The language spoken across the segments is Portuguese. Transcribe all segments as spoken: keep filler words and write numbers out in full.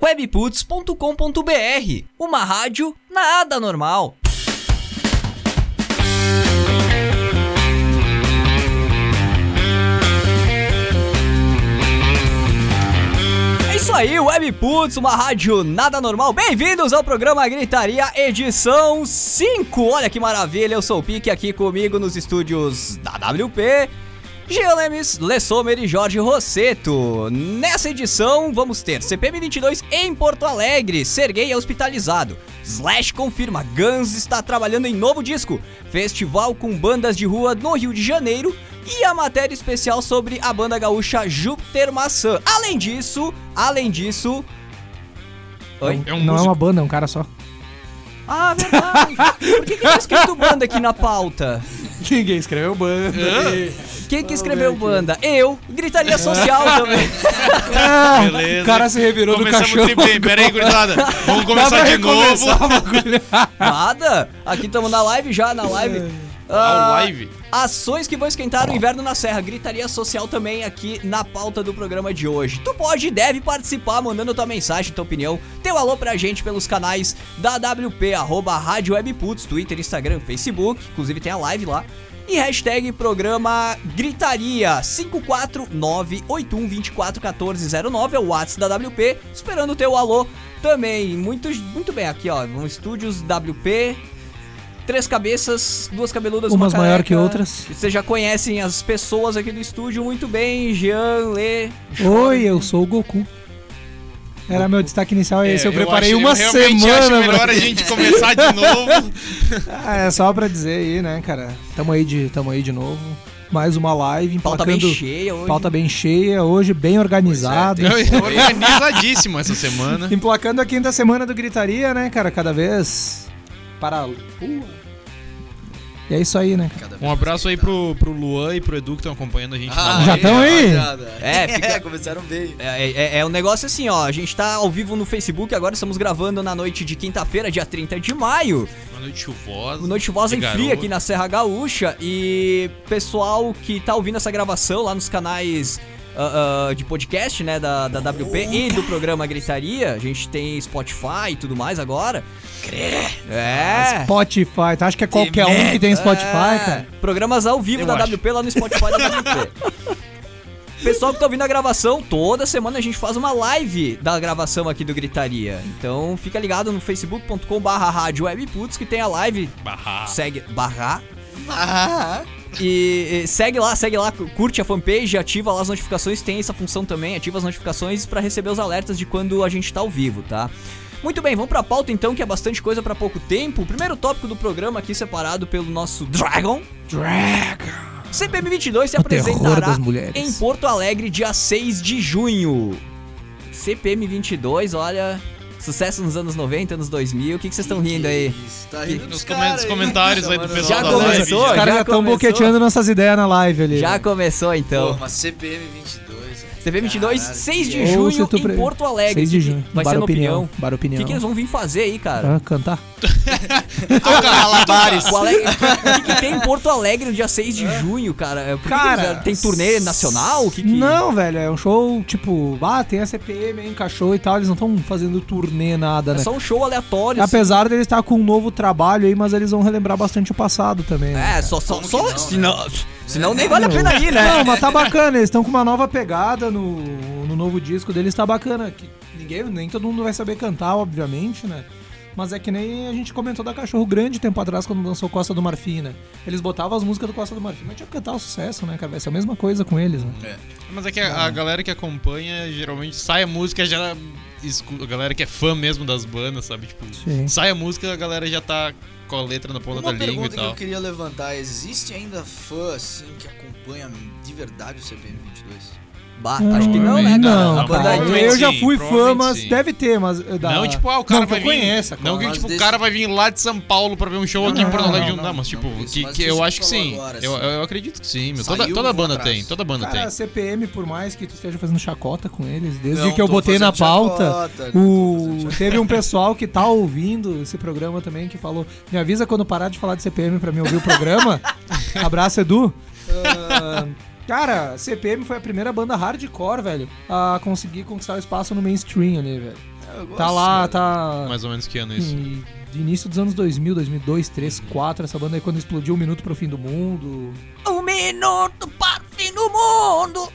webputs ponto com ponto b r, uma rádio nada normal. É isso aí, Webputs, uma rádio nada normal. Bem-vindos ao programa Gritaria, edição cinco. Olha que maravilha, eu sou o Pique, aqui comigo nos estúdios da W P, Jean Lemes, Le Sommer e Jorge Rosseto. Nessa edição vamos ter C P M vinte e dois em Porto Alegre, Serguei é hospitalizado, Slash confirma, Guns está trabalhando em novo disco, festival com bandas de rua no Rio de Janeiro e a matéria especial sobre a banda gaúcha Júpiter Maçã. Além disso, além disso... Oi? É um não músico. É uma banda, é um cara só. Ah, verdade. Por que que tá escrito banda aqui na pauta? Ninguém escreveu banda. Quem que escreveu banda? Eu. Gritaria social também. Ah, beleza. O cara se revirou do cachorro. Começamos muito bem. Pera aí, gurizada. Vamos começar de novo. Nada. Aqui estamos na live já, na live. Ah, uh, live. Ações que vão esquentar o inverno na Serra. Gritaria social também aqui na pauta do programa de hoje. Tu pode e deve participar mandando tua mensagem, tua opinião, teu alô pra gente pelos canais da W P, arroba Rádio Webputs, Twitter, Instagram, Facebook. Inclusive tem a live lá. E hashtag programa Gritaria cinco quatro nove oito um dois quatro um quatro zero nove é o WhatsApp da W P, esperando o teu alô também. Muito, muito bem, aqui ó, no Estúdios W P, três cabeças, duas cabeludas, umas uma maior que outras. Vocês já conhecem as pessoas aqui do estúdio muito bem, Jean, Lê... Oi, eu sou o Goku. Era meu destaque inicial, é esse. Eu, eu preparei acho, uma eu semana. Acho melhor pra... a gente começar de novo. Ah, é só pra dizer aí, né, cara? Tamo aí de, tamo aí de novo. Mais uma live. Pauta bem cheia hoje. Pauta bem cheia hoje, bem organizado. É, organizadíssimo essa semana. Emplacando a quinta semana do Gritaria, né, cara? Cada vez para... Uh. E é isso aí, né? Um abraço aí pro, pro Luan e pro Edu que estão acompanhando a gente. Ah, já estão aí? É, fica... é, começaram bem. É, é, é um negócio assim, ó. A gente tá ao vivo no Facebook, agora estamos gravando na noite de quinta-feira, dia trinta de maio. Uma noite chuvosa. Uma noite chuvosa e fria aqui na Serra Gaúcha. E pessoal que tá ouvindo essa gravação lá nos canais... Uh, uh, de podcast, né, da, da W P oh, e do programa Gritaria. A gente tem Spotify e tudo mais agora. É. Spotify, tu acha que é qualquer um que tem Spotify, é. cara? Programas ao vivo Eu da acho. W P lá no Spotify da W P. Pessoal que tá ouvindo a gravação, toda semana a gente faz uma live da gravação aqui do Gritaria. Então fica ligado no facebook ponto com barra rádio webputs que tem a live. Barra. Segue. Barra. Barra. E, e segue lá, segue lá, curte a fanpage, ativa lá as notificações, tem essa função também, ativa as notificações pra receber os alertas de quando a gente tá ao vivo, tá? Muito bem, vamos pra pauta então, que é bastante coisa pra pouco tempo. O primeiro tópico do programa aqui separado pelo nosso Dragon. Dragon. C P M vinte e dois se o apresentará em Porto Alegre dia seis de junho. C P M vinte e dois, olha... Sucesso nos anos noventa, anos dois mil. O que vocês estão rindo aí? Isso, tá rindo nos cara, comentários aí do pessoal já da começou, live. Os caras já estão boqueteando nossas ideias na live ali. Já começou então. Pô, mas C P M vinte e dois. C P M vinte e dois, Caralho, seis de junho em pre... Porto Alegre. seis de junho. Vai Bar ser no opinião. Opinião. Bar Opinião. O que, que eles vão vir fazer aí, cara? Ah, cantar. Alabares. O Ale... que, que tem em Porto Alegre no dia seis de junho, cara? Por cara, que tem turnê nacional? O que que... Não, velho, é um show tipo, ah, tem a C P M, encaixou e tal, eles não estão fazendo turnê nada, é né? É só um show aleatório. Apesar assim. deles estar com um novo trabalho aí, mas eles vão relembrar bastante o passado também. Né? É, só, só, só não, senão, né? senão nem vale a pena ir, né? Não, mas tá bacana, eles estão com uma nova pegada no, no novo disco deles, tá bacana. Que ninguém, nem todo mundo vai saber cantar, obviamente, né? Mas é que nem a gente comentou da Cachorro Grande tempo atrás, quando lançou Costa do Marfim, né? Eles botavam as músicas do Costa do Marfim, mas tinha que cantar o sucesso, né, cara? Vai ser a mesma coisa com eles, né? É. Mas é que a, a galera que acompanha, geralmente, sai a música, já... A galera que é fã mesmo das bandas, sabe? Tipo, Sim. sai a música, a galera já tá com a letra na ponta Uma da língua e pergunta tal. que eu queria levantar, existe ainda fã, assim, que acompanha de verdade o C P M vinte e dois? Bah, acho que não, né, cara? Não, A banda cara, aí- eu já sim, fui fã, provavelmente mas sim. deve ter, mas... Da... Não, tipo, ah, o cara não, vai que eu vir. conheça, Não claro. que Mas tipo, o desse- cara vai vir lá de São Paulo pra ver um show Não, aqui em não, Porto não, Alegre. não, Não, não, mas tipo, não, isso, que, mas que isso eu que acho que falou sim. agora, eu, assim. eu acredito que sim, meu. Toda, Saiu toda um banda atrás. tem, toda banda Cara, tem. C P M, por mais que tu esteja fazendo chacota com eles, desde Não que eu tô botei na fazendo pauta, chacota, não tô o... fazendo chacota. teve um pessoal que tá ouvindo esse programa também, que falou, me avisa quando parar de falar de C P M pra me ouvir o programa. Abraço, Edu. Ah, cara, C P M foi a primeira banda hardcore, velho, a conseguir conquistar o espaço no mainstream ali, velho. Eu gosto, Tá lá, cara. tá... Mais ou menos que ano isso? em- de início dos anos dois mil, dois mil e dois, dois mil e três, dois mil e quatro, essa banda aí quando explodiu Um Minuto pro Fim do Mundo. Um minuto para o fim do mundo.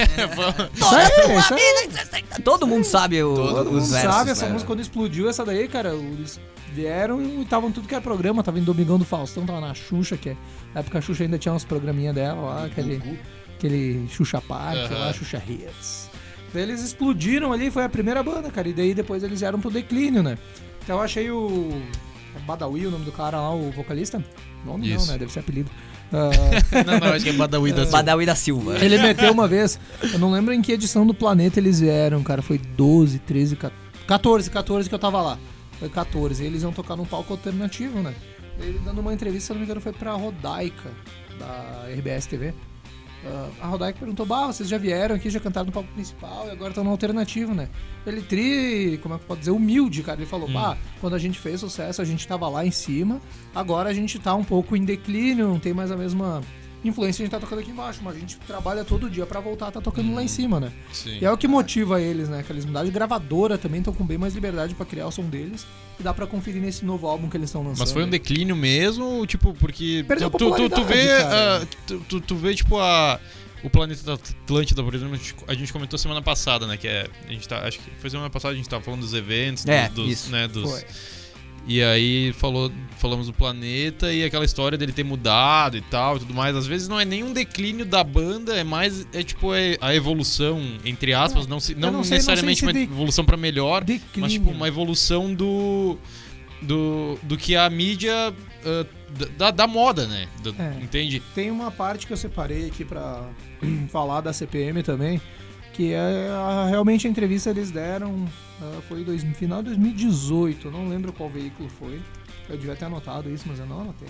Isso aí, isso aí. Todo mundo sabe o, Todo os Não versos. sabe, essa né? música quando explodiu, essa daí, cara, eles vieram e estavam tudo que era programa, tava em Domingão do Faustão, tava na Xuxa, que é, na época a Xuxa ainda tinha uns programinha dela lá, aquele, aquele Xuxa Park, Aham. lá, Xuxa Hits. Daí eles explodiram ali, foi a primeira banda, cara, e daí depois eles vieram pro declínio, né? Então eu achei o é Badawi, o nome do cara lá, o vocalista, nome Isso. não, né, deve ser apelido. Ah, Não, não, acho que é Badawi da Silva. Badawi da Silva. ele meteu uma vez, eu não lembro em que edição do Planeta eles vieram, cara, foi doze, treze, quatorze, quatorze que eu tava lá. Foi quatorze, e eles iam tocar num palco alternativo, né? Ele dando uma entrevista, se não me engano, foi pra Rodaica, da R B S T V. Ah, a Rodaica perguntou, bah, vocês já vieram aqui, já cantaram no palco principal e agora estão no alternativo, né? Ele tri, como é que pode dizer, humilde, cara. Ele falou, Hum. bah, quando a gente fez sucesso, a gente tava lá em cima, agora a gente tá um pouco em declínio, não tem mais a mesma influência que a gente tá tocando aqui embaixo, mas a gente trabalha todo dia pra voltar a tá tocando lá em cima, né? Sim. E é o que motiva eles, né? Que eles mudaram de gravadora também, estão com bem mais liberdade pra criar o som deles. E dá pra conferir nesse novo álbum que eles estão lançando. Mas foi um declínio mesmo, tipo, porque Perdeu tu, tu, tu, tu popularidade, vê, cara. ah, tu, tu, tu vê tipo a o planeta da Atlântida, por exemplo, a gente- a gente comentou semana passada, né, que é a gente tá, acho que foi semana passada a gente tava falando dos eventos, É, dos, dos, isso. né, dos Foi. e aí falou, falamos do planeta e aquela história dele ter mudado e tal e tudo mais. Às vezes não é nem um declínio da banda, é mais é tipo é a evolução entre aspas, não, se, não, não sei- necessariamente não sei se uma de- evolução pra melhor, Declínio. mas tipo uma evolução do do, do que a mídia ah, da, da moda, né? Do- É. Entende? Tem uma parte que eu separei aqui pra falar da C P M também, que é a- realmente a entrevista eles deram, ah, foi dois, no final de dois mil e dezoito, eu não lembro qual veículo foi, eu devia ter anotado isso, mas eu não anotei.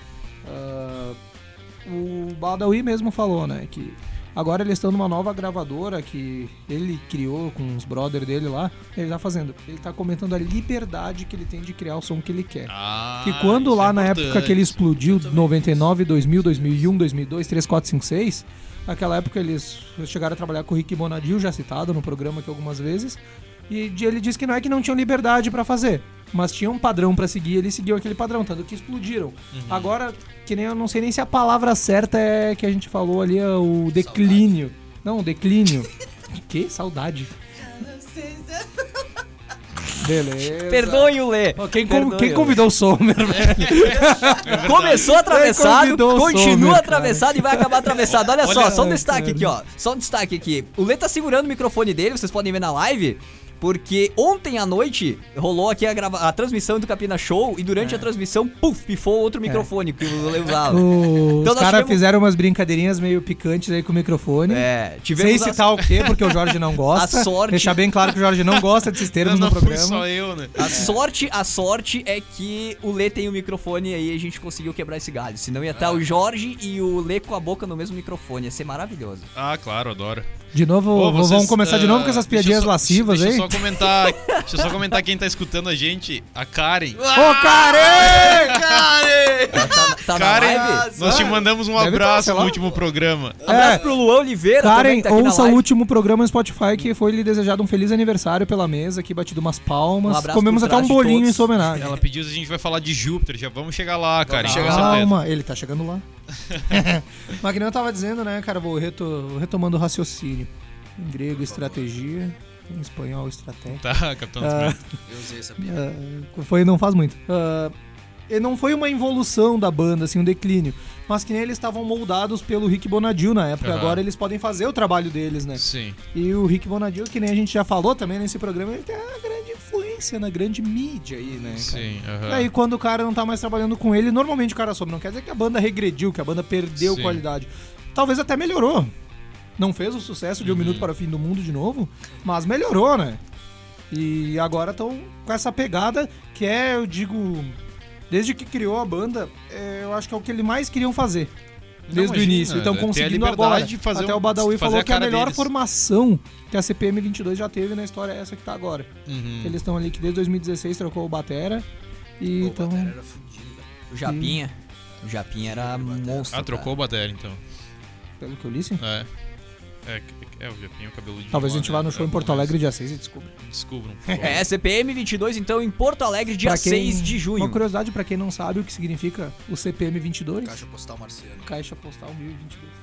Ah, o Badawi mesmo falou, né, que agora eles estão numa nova gravadora que ele criou com os brothers dele lá, ele tá fazendo, ele tá comentando a liberdade que ele tem de criar o som que ele quer. Ah, Que quando isso lá é na importante. época que ele explodiu, noventa e nove, dois mil, dois mil e um, dois mil e dois, três, quatro, cinco, seis, naquela época eles chegaram a trabalhar com o Rick Bonadio, já citado no programa aqui algumas vezes, e de- ele disse que não é que não tinham liberdade pra fazer, mas tinha um padrão pra seguir, eles seguiam aquele padrão, tanto que explodiram. Uhum. Agora, que nem eu não sei nem se a palavra certa é que a gente falou ali, é o declínio. Não, o declínio. Que? Saudade. Beleza. Perdoe o Lê. Ó, Quem, Perdoe con- quem o convidou o Sommer, velho? Começou atravessado, convidou o continua Sommer, atravessado e vai acabar atravessado. Olha, só, Olha, só um destaque cara. aqui, ó. Só um destaque aqui. O Lê tá segurando o microfone dele, vocês podem ver na live. Porque ontem à noite rolou aqui a, grava- a transmissão do Capina Show e durante a transmissão, puf, pifou outro microfone que o Lê usava. Os Então nós caras tivemos- fizeram umas brincadeirinhas meio picantes aí com o microfone. É, Sem tivemos a- citar o quê, porque o Jorge não gosta. A sorte- Deixar bem claro que o Jorge não gosta desses termos não, no não fui programa. só eu, né? A sorte, a sorte é que o Lê tem o microfone e aí a gente conseguiu quebrar esse galho. Senão ia estar o Jorge e o Lê com a boca no mesmo microfone. Ia ser maravilhoso. Ah, claro, adoro. De novo, Ô, v- vocês, vamos começar de ah, novo com essas deixa eu piadinhas só- lascivas deixa aí? eu só comentar, deixa eu só comentar quem tá escutando a gente, a Karen. Ô, Karen! Tá, tá Karen, na live? nós te Ah, mandamos um deve tá, abraço sei lá. no último programa. Abraço É. pro Luan Oliveira também, Karen, que tá aqui na ouça o live. último programa no Spotify que foi lhe desejado um feliz aniversário pela mesa, aqui batido umas palmas. Um abraço Comemos por até um trás de bolinho todos. em sua homenagem. Ela pediu se a gente vai falar de Júpiter, já vamos chegar lá, Karen, com certeza. Calma, ele tá chegando lá. Mas que nem eu tava dizendo, né, cara, vou reto- retomando o raciocínio. Em grego, estratégia. Em espanhol, estratégia. Tá, Capitão Nascimento. Eu usei essa piada. Ah, foi, não faz muito. Ah, e não foi uma involução da banda, assim, um declínio. Mas que nem eles estavam moldados pelo Rick Bonadio na época. Aham. Agora eles podem fazer o trabalho deles, né? Sim. E o Rick Bonadio, que nem a gente já falou também nesse programa, ele tem uma grande influência na grande mídia aí, né, cara? Sim, aham. E aí, quando o cara não tá mais trabalhando com ele, normalmente o cara sobe. Não quer dizer que a banda regrediu, que a banda perdeu Sim. qualidade. Talvez até melhorou. Não fez o sucesso de Um Uhum. Minuto para o Fim do Mundo de novo, mas melhorou, né? E agora estão com essa pegada que é, eu digo, desde que criou a banda, é, eu acho que é o que eles mais queriam fazer. Não, Desde o imagina, início. Então é ter a conseguindo liberdade agora. de fazer Até um- o Badawi fazer falou a que a cara melhor deles. formação que a C P M vinte e dois já teve na história é essa que tá agora. Uhum. Eles estão ali que desde dois mil e dezesseis trocou o Batera. E Pô, então. o Batera era fudido, velho. O Japinha. O Japinha era monstro. Ah, trocou o bateria, então. Pelo que eu li, sim. É. É, é, eu já tenho o cabelo de Talvez a gente vá no show em Porto Alegre dia seis e descubra. Descubram. É, C P M vinte e dois, então, em Porto Alegre, dia Pra quem- seis de junho. Uma curiosidade pra quem não sabe o que significa o C P M vinte e dois. Caixa postal marciana. Caixa Postal mil e vinte e dois.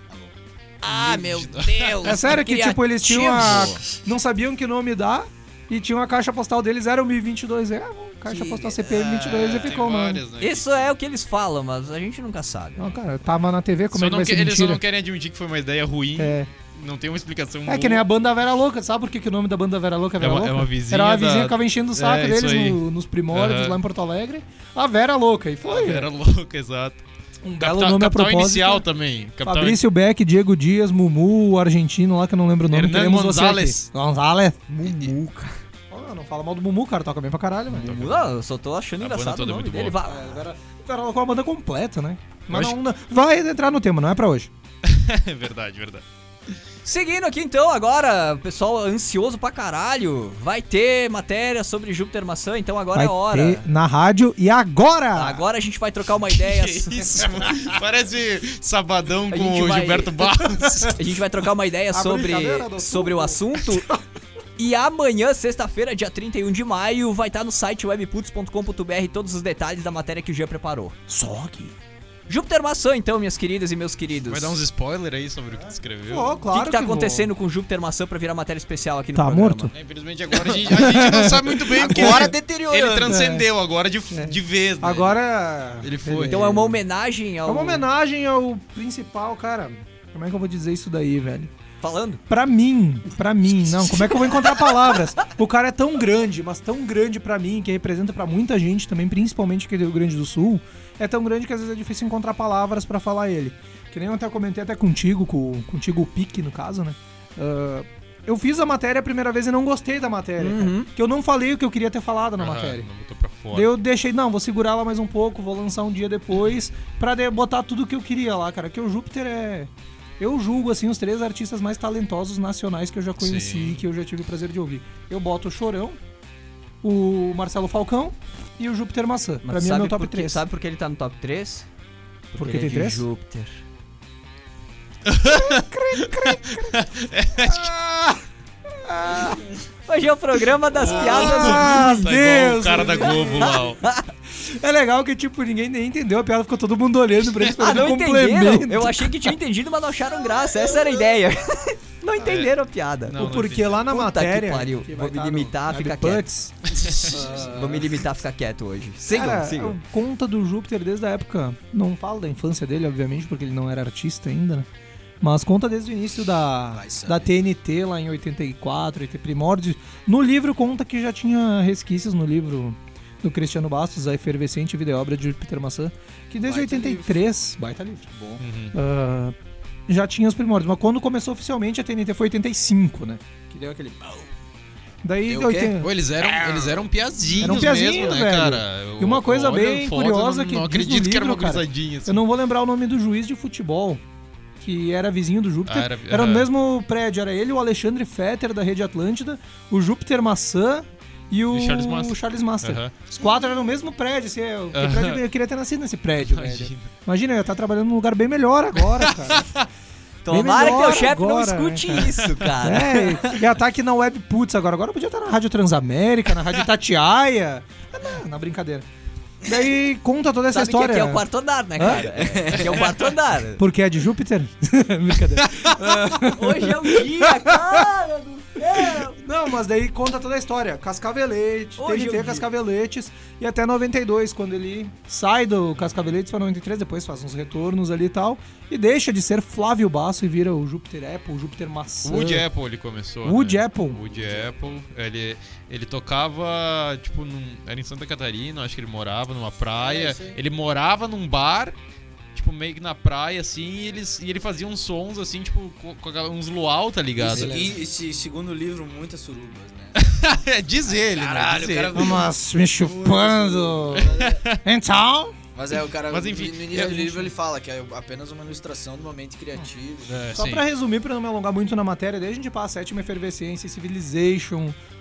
Ah, meu Deus! É sério que, tipo, eles tinham a... criativo. Não sabiam que nome dar e tinham a caixa postal deles, era o mil e vinte e dois. É, caixa Que- postal C P M vinte e dois e Tem ficou, mano. várias, né? Isso é o que eles falam, mas a gente nunca sabe. Não, cara, tava na T V, como Só é que não vai que- ser eles só mentira? não querem admitir que foi uma ideia ruim. É. Não tem uma explicação É boa. que nem a banda Vera Louca, sabe por que, que o nome da banda Vera Louca é Vera É uma- Louca? é uma vizinha Era uma vizinha da- que ficava enchendo o saco É, isso deles aí. no- nos primórdios Aham. lá em Porto Alegre. A Vera Louca, e foi. Era louco, exato. Um belo Capital, nome a capital propósito. inicial também. Capital Fabrício Beck, Diego Dias, Mumu, o argentino lá que eu não lembro o nome. Hernan Queremos você Gonzalez. aqui. Gonzalez. Mumu, cara. Oh, não fala mal do Mumu, cara. Toca bem pra caralho, velho. Não, eu só tô achando A banda engraçado o toda é nome muito dele. boa. Vai- É, Vera, Vera Louca é uma banda completa, né? Mas acho- não, não- vai entrar no tema, não é pra hoje. É verdade, verdade. Seguindo aqui então, agora, o pessoal ansioso pra caralho, vai ter matéria sobre Júpiter Maçã, então agora vai é a hora. ter na rádio e agora! Agora a gente vai trocar uma ideia. Que isso? Parece sabadão A com gente o vai- Gilberto Barros. A gente vai trocar uma ideia A sobre, brincadeira do sobre o suco. assunto. E amanhã, sexta-feira, dia trinta e um de maio, vai estar no site webputs ponto com ponto br todos os detalhes da matéria que o Jean preparou. Só que... Júpiter Maçã, então, minhas queridas e meus queridos. Vai dar uns spoilers aí sobre o que tu escreveu. Pô, O claro que, que tá vou. acontecendo com Júpiter Maçã pra virar matéria especial aqui no Tá programa? morto? É, infelizmente agora a gente, a gente não sabe muito bem o que Agora ele- deteriorando. Ele transcendeu agora de, de vez, né? Agora... Ele foi. Então é uma homenagem ao... É uma homenagem ao principal, cara. Como é que eu vou dizer isso daí, velho? Falando? Pra mim, pra mim, não, como é que eu vou encontrar palavras? O cara é tão grande, mas tão grande pra mim, que representa pra muita gente também, principalmente aqui do Rio Grande do Sul, é tão grande que às vezes é difícil encontrar palavras pra falar ele. Que nem eu até comentei até contigo, com, contigo o Pique, no caso, né? Ah, eu fiz a matéria a primeira vez e não gostei da matéria, Uhum. cara, que eu não falei o que eu queria ter falado na Ah, matéria. Não botou pra fora. Daí eu deixei, não, vou segurar ela mais um pouco, vou lançar um dia depois, pra de- botar tudo que eu queria lá, cara. Que o Júpiter é... Eu julgo, assim, os três artistas mais talentosos nacionais que eu já conheci, Sim. que eu já tive o prazer de ouvir. Eu boto o Chorão, o Marcelo Falcão e o Júpiter Maçã. Mas Pra mim é sabe meu top por que- três. Sabe por que ele tá no top três? Por que ele tem é de três? Júpiter. Hoje é o programa das piadas. Ah, Tá igual Deus! o cara da Globo lá, ó. É legal que, tipo, ninguém nem entendeu a piada, ficou todo mundo olhando pra eles Ah, fazendo não complemento. entenderam? Eu achei que tinha entendido, mas não acharam graça. Essa era a ideia. Não entenderam a piada. Não, O porquê lá na Puta matéria... que pariu. que Vou vai me tá limitar a no ficar Webputs, Vou me limitar a ficar quieto hoje. Sigam, Cara, sigam. eu conta do Júpiter desde a época. Não falo da infância dele, obviamente, porque ele não era artista ainda, né? Mas conta desde o início da, Vai saber. da T N T, lá em oitenta e quatro, oitenta primórdios. No livro conta que já tinha resquícios no livro do Cristiano Bastos, a efervescente vida e obra de Júpiter Maçã, que desde Baita oitenta e três... Baita livro. Bom. Uhum. ah, já tinha os primórdios. Mas quando começou oficialmente, a T N T foi oitenta e cinco, né? Que deu aquele... Daí... Deu o quê? oitenta Pô, eles eram, eles eram piazinhos Eram piazinhos, mesmo, né, velho. cara? E uma coisa Olha, bem foda, curiosa não, que não diz no acredito que era uma livro, cara. gurizadinha assim. Eu não vou lembrar o nome do juiz de futebol, que era vizinho do Júpiter. Ah, era- era no aham. mesmo prédio, era ele, o Alexandre Fetter, da Rede Atlântida, o Júpiter Maçã e o E Charles Master. Charles Master. Aham. Os quatro eram no mesmo prédio, assim, eu, Aham. prédio, eu queria ter nascido nesse prédio, velho. Imagina. Imagina, eu ia estar trabalhando num lugar bem melhor agora, cara. Tomara que teu melhor chefe não agora, escute né, cara? isso, cara. É, e ia estar aqui na Web Putz agora. Agora podia estar na Rádio Transamérica, na Rádio Itatiaia. Ah, não, na brincadeira. Daí conta toda essa Sabe história. que aqui é o quarto andar, né, cara? Aqui é o quarto andar. Porque é de Júpiter? Brincadeira. Hoje é o dia, cara do céu. Não, mas daí conta toda a história. Cascavelete, Hoje T N eu T vi. Cascaveletes e até noventa e dois, quando ele sai do Cascaveletes para noventa e três, depois faz uns retornos ali e tal, e deixa de ser Flávio Basso e vira o Júpiter Apple, o Júpiter Maçã. Wood Apple ele começou. Wood né? Apple. Wood Apple. Ele, ele tocava, tipo, num, era em Santa Catarina, acho que ele morava numa praia. É, isso aí. Ele morava num bar, tipo, meio que na praia, assim, e, eles, e ele fazia uns sons, assim, tipo, com, com aquela- uns luau, tá ligado? Esse, e- esse segundo livro, muitas surubas, né? Diz ele, Caralho, né? o Diz cara- ele. Vamos me chupando. Então... Mas é, o cara, Mas, enfim, no início eu- do livro ele fala que é apenas uma ilustração do momento criativo. É, Só sim. pra resumir, pra não me alongar muito na matéria, daí a gente passa a sétima efervescência, Civilization,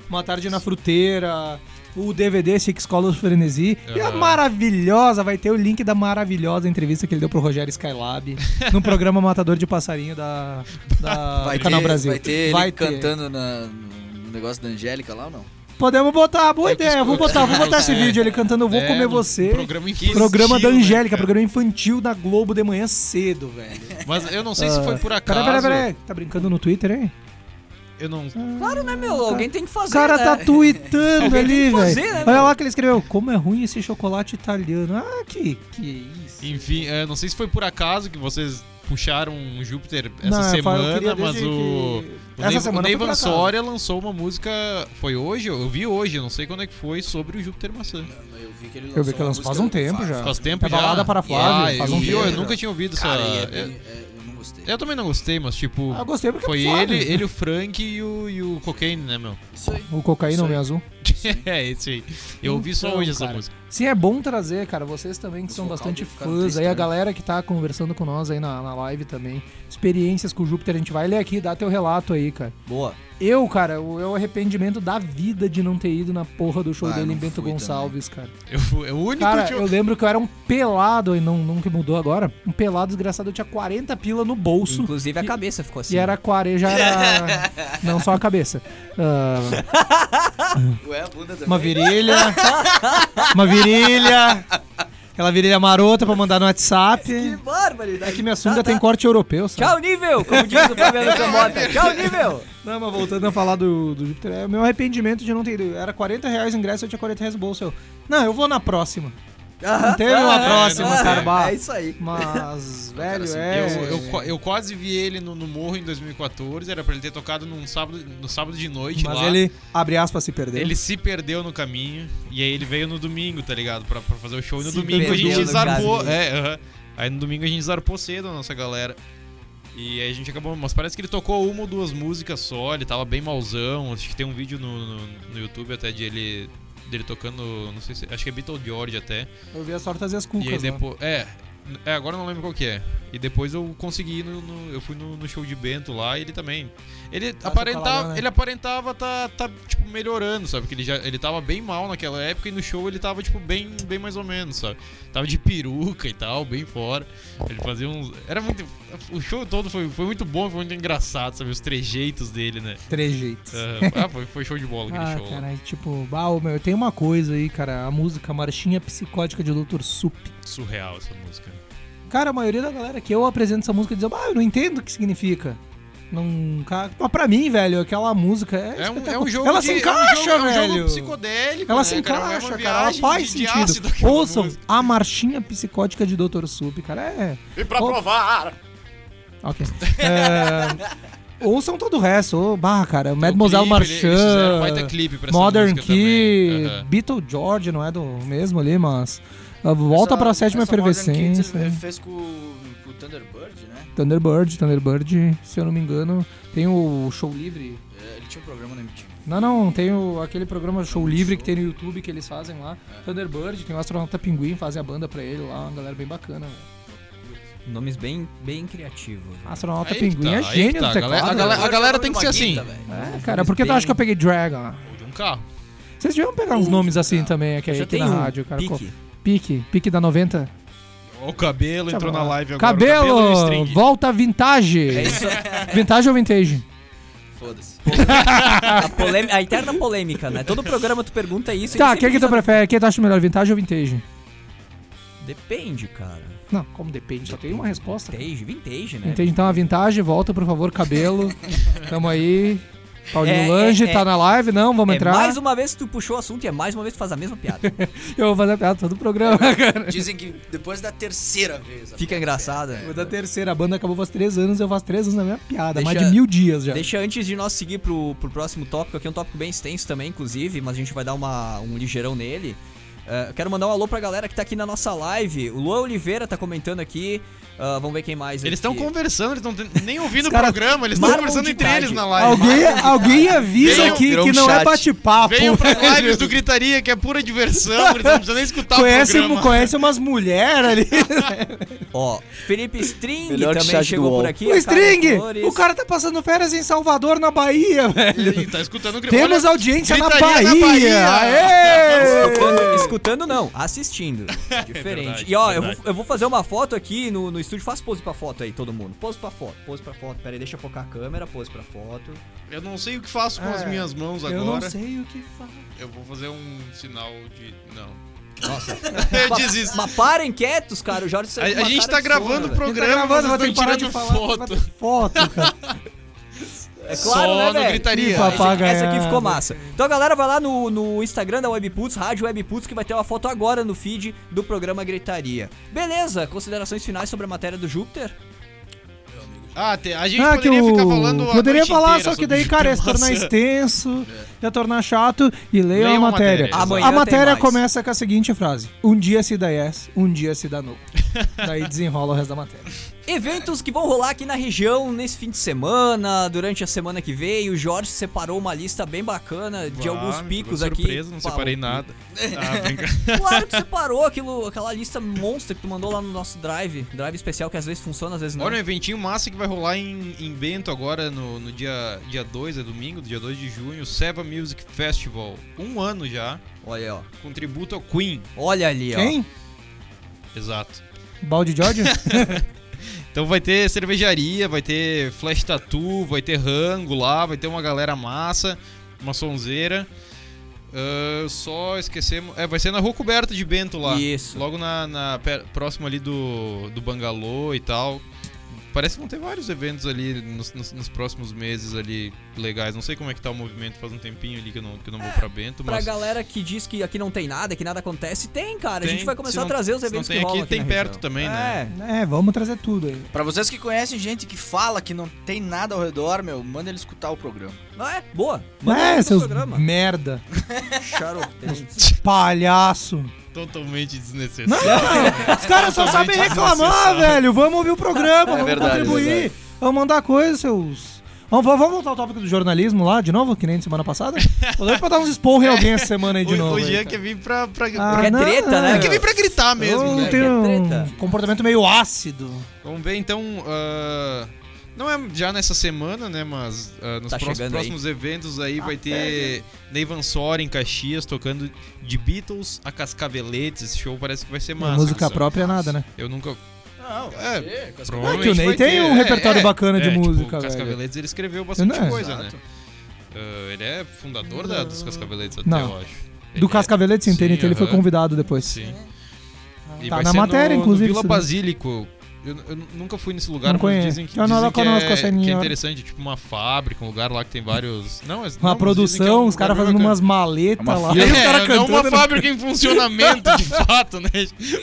Uma Tarde na Fruteira, o D V D Six Colors Frenesi. Uhum. E a maravilhosa, vai ter o link da maravilhosa entrevista que ele deu pro Rogério Skylab no programa Matador de Passarinho da, da Vai do Canal ter, Brasil. vai ter ele Vai ter. cantando na- no negócio da Angélica lá ou não? Podemos botar, boa Tem que ideia. Vou botar, vou botar esse É. vídeo ele cantando Eu Vou É, Comer no- Você. no programa infantil, Programa da né, Angélica, cara? programa infantil da Globo de manhã cedo, velho. Mas eu não sei se foi por acaso. Peraí, peraí, peraí. Tá brincando no Twitter, hein? Eu não. Claro, né, meu? Alguém tem que fazer, O cara né? tá tweetando Alguém ali, tem que fazer, velho. né, Olha meu? lá que ele escreveu. Como é ruim esse chocolate italiano. Ah, que, que isso. Enfim, é, não sei se foi por acaso que vocês puxaram um Júpiter essa Não, eu falo- eu semana, queria mas desde o. que- O Essa Ney, semana o Ney foi por Van acaso. Soria lançou uma música. Foi hoje? Eu vi hoje, eu não sei quando é que foi, sobre o Júpiter Maçã. Eu vi que ele Eu vi que uma lançou faz música- um tempo já. Faz tempo É já. balada para Flávio, Ah, faz eu um vi, tempo eu já. nunca tinha ouvido Cara, essa. e é eu, bem- é- eu não gostei. eu também não gostei, mas tipo. Ah, eu gostei porque Foi é foda. ele, ele, o Frank e o, e o Cocaine, né, meu? Isso aí. O cocaína Isso homem aí. azul. É, esse aí. Eu ouvi só Então, hoje essa cara, música. Sim, é bom trazer, cara. Vocês também que Os são vocal bastante dele ficaram fãs. Aí a tristes, né? galera que tá conversando com nós aí na, na live também. Experiências com o Júpiter. A gente vai ler aqui, dá teu relato aí, cara. Boa. Eu, cara, o eu arrependimento da vida de não ter ido na porra do show Ah, dele em não Bento fui Gonçalves, cara. Eu fui, é o único Cara, que eu lembro que eu era um pelado, e não, nunca mudou agora. Um pelado desgraçado, eu tinha quarenta pila no bolso. Inclusive a E- cabeça ficou assim. E era quarenta, já era. Não só a cabeça. Ah, Ué, a bunda também. uma virilha. Uma virilha. Aquela virilha marota pra mandar no WhatsApp. Que barbaridade. É que minha sunga tem corte europeu, sabe? Tchau, nível, como diz o Fabiano Camota. Tchau, nível. Não, mas voltando a falar do, do Júpiter, é o meu arrependimento de não ter ido. Era quarenta reais o ingresso, eu tinha quarenta reais no bolso. Eu, não, eu vou na próxima. Não teve uma Aham, próxima, aham, cara. bah. É isso aí. Mas, velho, assim, é... Eu, eu, qua- eu quase vi ele no, no Morro em dois mil e quatorze, era pra ele ter tocado num sábado, no sábado de noite Mas lá. ele, abre aspas, se perdeu. Ele se perdeu no caminho, e aí ele veio no domingo, tá ligado? Pra, pra fazer o show. E no Se domingo a perdeu gente no zarpou. caminho. É, aham. Aí no domingo a gente zarpou cedo a nossa galera. E aí a gente acabou. Mas parece que ele tocou uma ou duas músicas só, ele tava bem mauzão. Acho que tem um vídeo no, no, no YouTube até de ele. Dele tocando, não sei se. Acho que é Beatle George até. Eu vi as tortas e as cucas, E aí né? depois. É, é, agora eu não lembro qual que é. E depois eu consegui ir no, no- eu fui no, no show de Bento lá e ele também. Ele Tá aparentava, chocoladão, né? ele aparentava tá, tá tipo melhorando, sabe? Porque ele já ele tava bem mal naquela época e no show ele tava tipo bem, bem mais ou menos, sabe? Tava de peruca e tal, bem fora. Ele fazia uns, era muito, o show todo foi, foi muito bom, foi muito engraçado, sabe? Os trejeitos dele, né? Trejeitos. Ah, ah, foi, foi show de bola aquele Ah, show. cara, tipo, bah, ô, meu, tem uma coisa aí, cara, a música Marchinha Psicótica de doutor Sup. Surreal essa música. Cara, a maioria da galera que eu apresento essa música diz, ah, eu não entendo o que significa. Não, cara, mas pra mim, velho, aquela música é, É um, é espetacular. um jogo Ela de, se é um encaixa, jogo, é um velho. jogo psicodélico, Ela né, se cara? É uma encaixa, cara, ela viagem faz de, de sentido. ácido aquela Ouçam música. a Marchinha Psicótica de doutor Sup, cara, é... E pra Oh. provar! Ok. É, ouçam todo o resto. Ô, bah, cara, Mademoiselle clipe, ele- eles fizeram um baita Marchand, clipe pra essa Modern música Key, também. Aham. Beatle George, não é do mesmo ali, mas... uh, Volta Essa- pra sétima essa Modern efervescência. Kids ele fez com, com o Thunderbird, né? Thunderbird, Thunderbird, se eu não me engano, tem o Show Livre. É, ele tinha um programa na M T V. Não, não, tem o, aquele programa Show Livre que tem no YouTube que eles fazem lá. Thunderbird, tem o Astronauta Pinguim, fazem a banda pra ele lá, uma galera bem bacana, velho. Nomes bem, bem criativos. Astronauta Aí que Pinguim tá, é aí que gênio tá, do a galera- teclado. a galera- velho. galera tem que ser assim. É, cara, por que tu acha que eu peguei Dragon? Ou de um carro. Vocês deviam pegar uns nomes assim também aqui, Já aqui tem na um, rádio, cara. pique. Pique, pique da noventa. Ó, o cabelo entrou na live agora. Cabelo, o cabelo e o string. volta vintage. É isso. Vintage ou vintage? Foda-se. A, polêmica, a eterna polêmica, né? Todo programa tu pergunta isso. e Tá, ele quem que sempre tu prefere? Quem tu acha melhor, vintage ou vintage? Depende, cara. Não, como depende, só tem uma resposta. Vintage, vintage, né? Vintage, então a vintage, volta por favor, cabelo. Tamo aí. Paulinho É, Lange é, tá é. na live, não, vamos É entrar. mais uma vez que tu puxou o assunto e é mais uma vez que tu faz a mesma piada. Eu vou fazer a piada todo o programa, cara. Dizem que depois da terceira vez. a Fica piada engraçada. Vou da terceira, a banda acabou faz três anos, eu faço três anos na minha piada, Deixa- mais de mil dias já. Deixa antes de nós seguir pro, pro próximo tópico, aqui é um tópico bem extenso também, inclusive, mas a gente vai dar uma, um ligeirão nele. Uh, quero mandar um alô pra galera que tá aqui na nossa live. O Luan Oliveira tá comentando aqui. Uh, vamos ver quem mais Eles aqui. estão conversando, eles estão nem ouvindo o cara programa, eles estão conversando entre eles na live. Alguém, alguém avisa Veio- aqui virou que um não chat. é bate-papo. Venham pras lives do Gritaria, que é pura diversão, eles não precisam nem escutar Conhece, o programa. conhece umas mulheres ali. Ó, Felipe String Melhor também chat do chegou U O L. por aqui. O a String! Carla Flores. O cara tá passando férias em Salvador, na Bahia, velho. Ele tá escutando o Gritaria. Temos Olha, audiência na Gritaria Bahia. na Bahia. Aê! Escutando, escutando não, assistindo. Diferente. verdade, e ó, eu verdade. vou, eu vou fazer uma foto aqui no, no estúdio. Faz pose pra foto aí, todo mundo. Pose pra foto, pose pra foto. Pera aí, deixa eu focar a câmera, pose pra foto. Eu não sei o que faço com as É, minhas mãos Eu agora. não sei o que falar. Eu vou fazer um sinal de... Não. Nossa. Eu desisto. Mas parem quietos, cara. O Jorge A, saiu com a uma gente cara tá de gravando sono, o velho. programa, Tá gravando, vai vocês ter que parar de tirando falar. foto. vai ter Foto, cara. É claro, Só né, no velho? Gritaria. Que Essa, papagaio. essa aqui ficou massa. Então, galera, vai lá no, no Instagram da Webputs, Rádio Webputs, que vai ter uma foto agora no feed do programa Gritaria. Beleza, considerações finais sobre a matéria do Júpiter? Ah, te- a gente Ah, que poderia o... ficar falando a Poderia noite falar, inteira só que sobre daí, cara, ia se tornar maçã. extenso, ia tornar chato. E leiam a Leiam a matéria. matéria, Amanhã A tem matéria mais. começa com a seguinte frase: um dia se dá yes, um dia se dá no. Daí desenrola o resto da matéria. Eventos que vão rolar aqui na região nesse fim de semana, durante a semana que veio. O Jorge separou uma lista bem bacana de Ah, alguns me picos pegou aqui. surpresa, não Pau. separei nada. Ah, brincadeira. Claro que separou aquilo, aquela lista monstra que tu mandou lá no nosso drive. Drive especial que às vezes funciona, às vezes não. Olha um eventinho massa que vai rolar em, em Bento agora no, no dia dia dois, é domingo, dia dois de junho, o Seva Music Festival. Um ano já, Olha aí, ó. com tributo ao Queen. Olha ali, ó. Quem? Exato. Balde George? Então vai ter cervejaria, vai ter flash tattoo, vai ter rango lá, vai ter uma galera massa, uma sonzeira. Ah, só esquecemos... É, vai ser na Rua Coberta de Bento lá. Isso. Logo na, na per- próximo ali do, do Bangalô e tal. Parece que vão ter vários eventos ali nos, nos, nos próximos meses ali legais. Não sei como é que tá o movimento, faz um tempinho ali que eu não, que eu não vou pra Bento, Pra mas... galera que diz que aqui não tem nada, que nada acontece, tem, cara. a Tem. gente vai Se começar não- a trazer os se não eventos tem que aqui, rolam tem na perto região. também, né? É. É, vamos trazer tudo aí. Pra vocês que conhecem gente que fala que não tem nada ao redor, meu, manda ele escutar o programa. Não é? Boa. Manda É, aí no seus programa. merda. Charotentes. Palhaço. Totalmente Não, desnecessário. os caras só sabem Totalmente reclamar, desnecessário. velho. Vamos ouvir o programa, vamos verdade, é contribuir. verdade. Vamos mandar coisas, seus... Vamos, vamos voltar ao tópico do jornalismo lá, de novo, que nem semana passada? Podemos pra dar uns esporros em alguém essa semana aí de O, novo. o aí, Jean cara. quer vir pra... pra, Ah, pra- É não, treta, né? é. Ele quer vir pra gritar mesmo, Eu né? tenho Treta. um comportamento meio ácido. Vamos ver então. ah, não é já nessa semana, né? Mas ah, nos Tá próximos, chegando próximos eventos aí vai ter Neyvan Sora em Caxias tocando de Beatles a Cascaveletes. Esse show parece que vai ser massa. música Nossa. própria é nada, né? Eu nunca. Não, É, ter, com as provavelmente É que o Ney vai tem ter. um repertório bacana de tipo, música, o velho. Cascaveletes ele escreveu bastante Não é? coisa, né? Exato. Ah, ele é fundador da, dos Cascaveletes até, Não. eu acho. Ele Do é- Cascaveletes em sim, T N T, ele foi aham. convidado depois. Sim. E Tá vai na ser matéria, no, inclusive, no Vila isso. Basílico. Eu, eu nunca fui nesse lugar, Não mas conheço. dizem que, Eu não dizem que, conosco a é, ceninha. que é interessante, tipo uma fábrica, um lugar lá que tem vários... Não, é- não, Uma mas dizem que é produção, um os caras lugar fazendo bem umas maletas Uma lá. fila. Aí os É, caras não cantando. uma né? fábrica em funcionamento, de fato, né?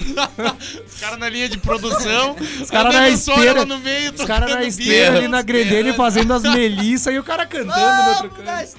Os caras na linha de produção, os caras na esteira, lá no meio, Os caras na tocando esteira birra, ali na Gredene fazendo as melissas e o cara cantando no outro canto.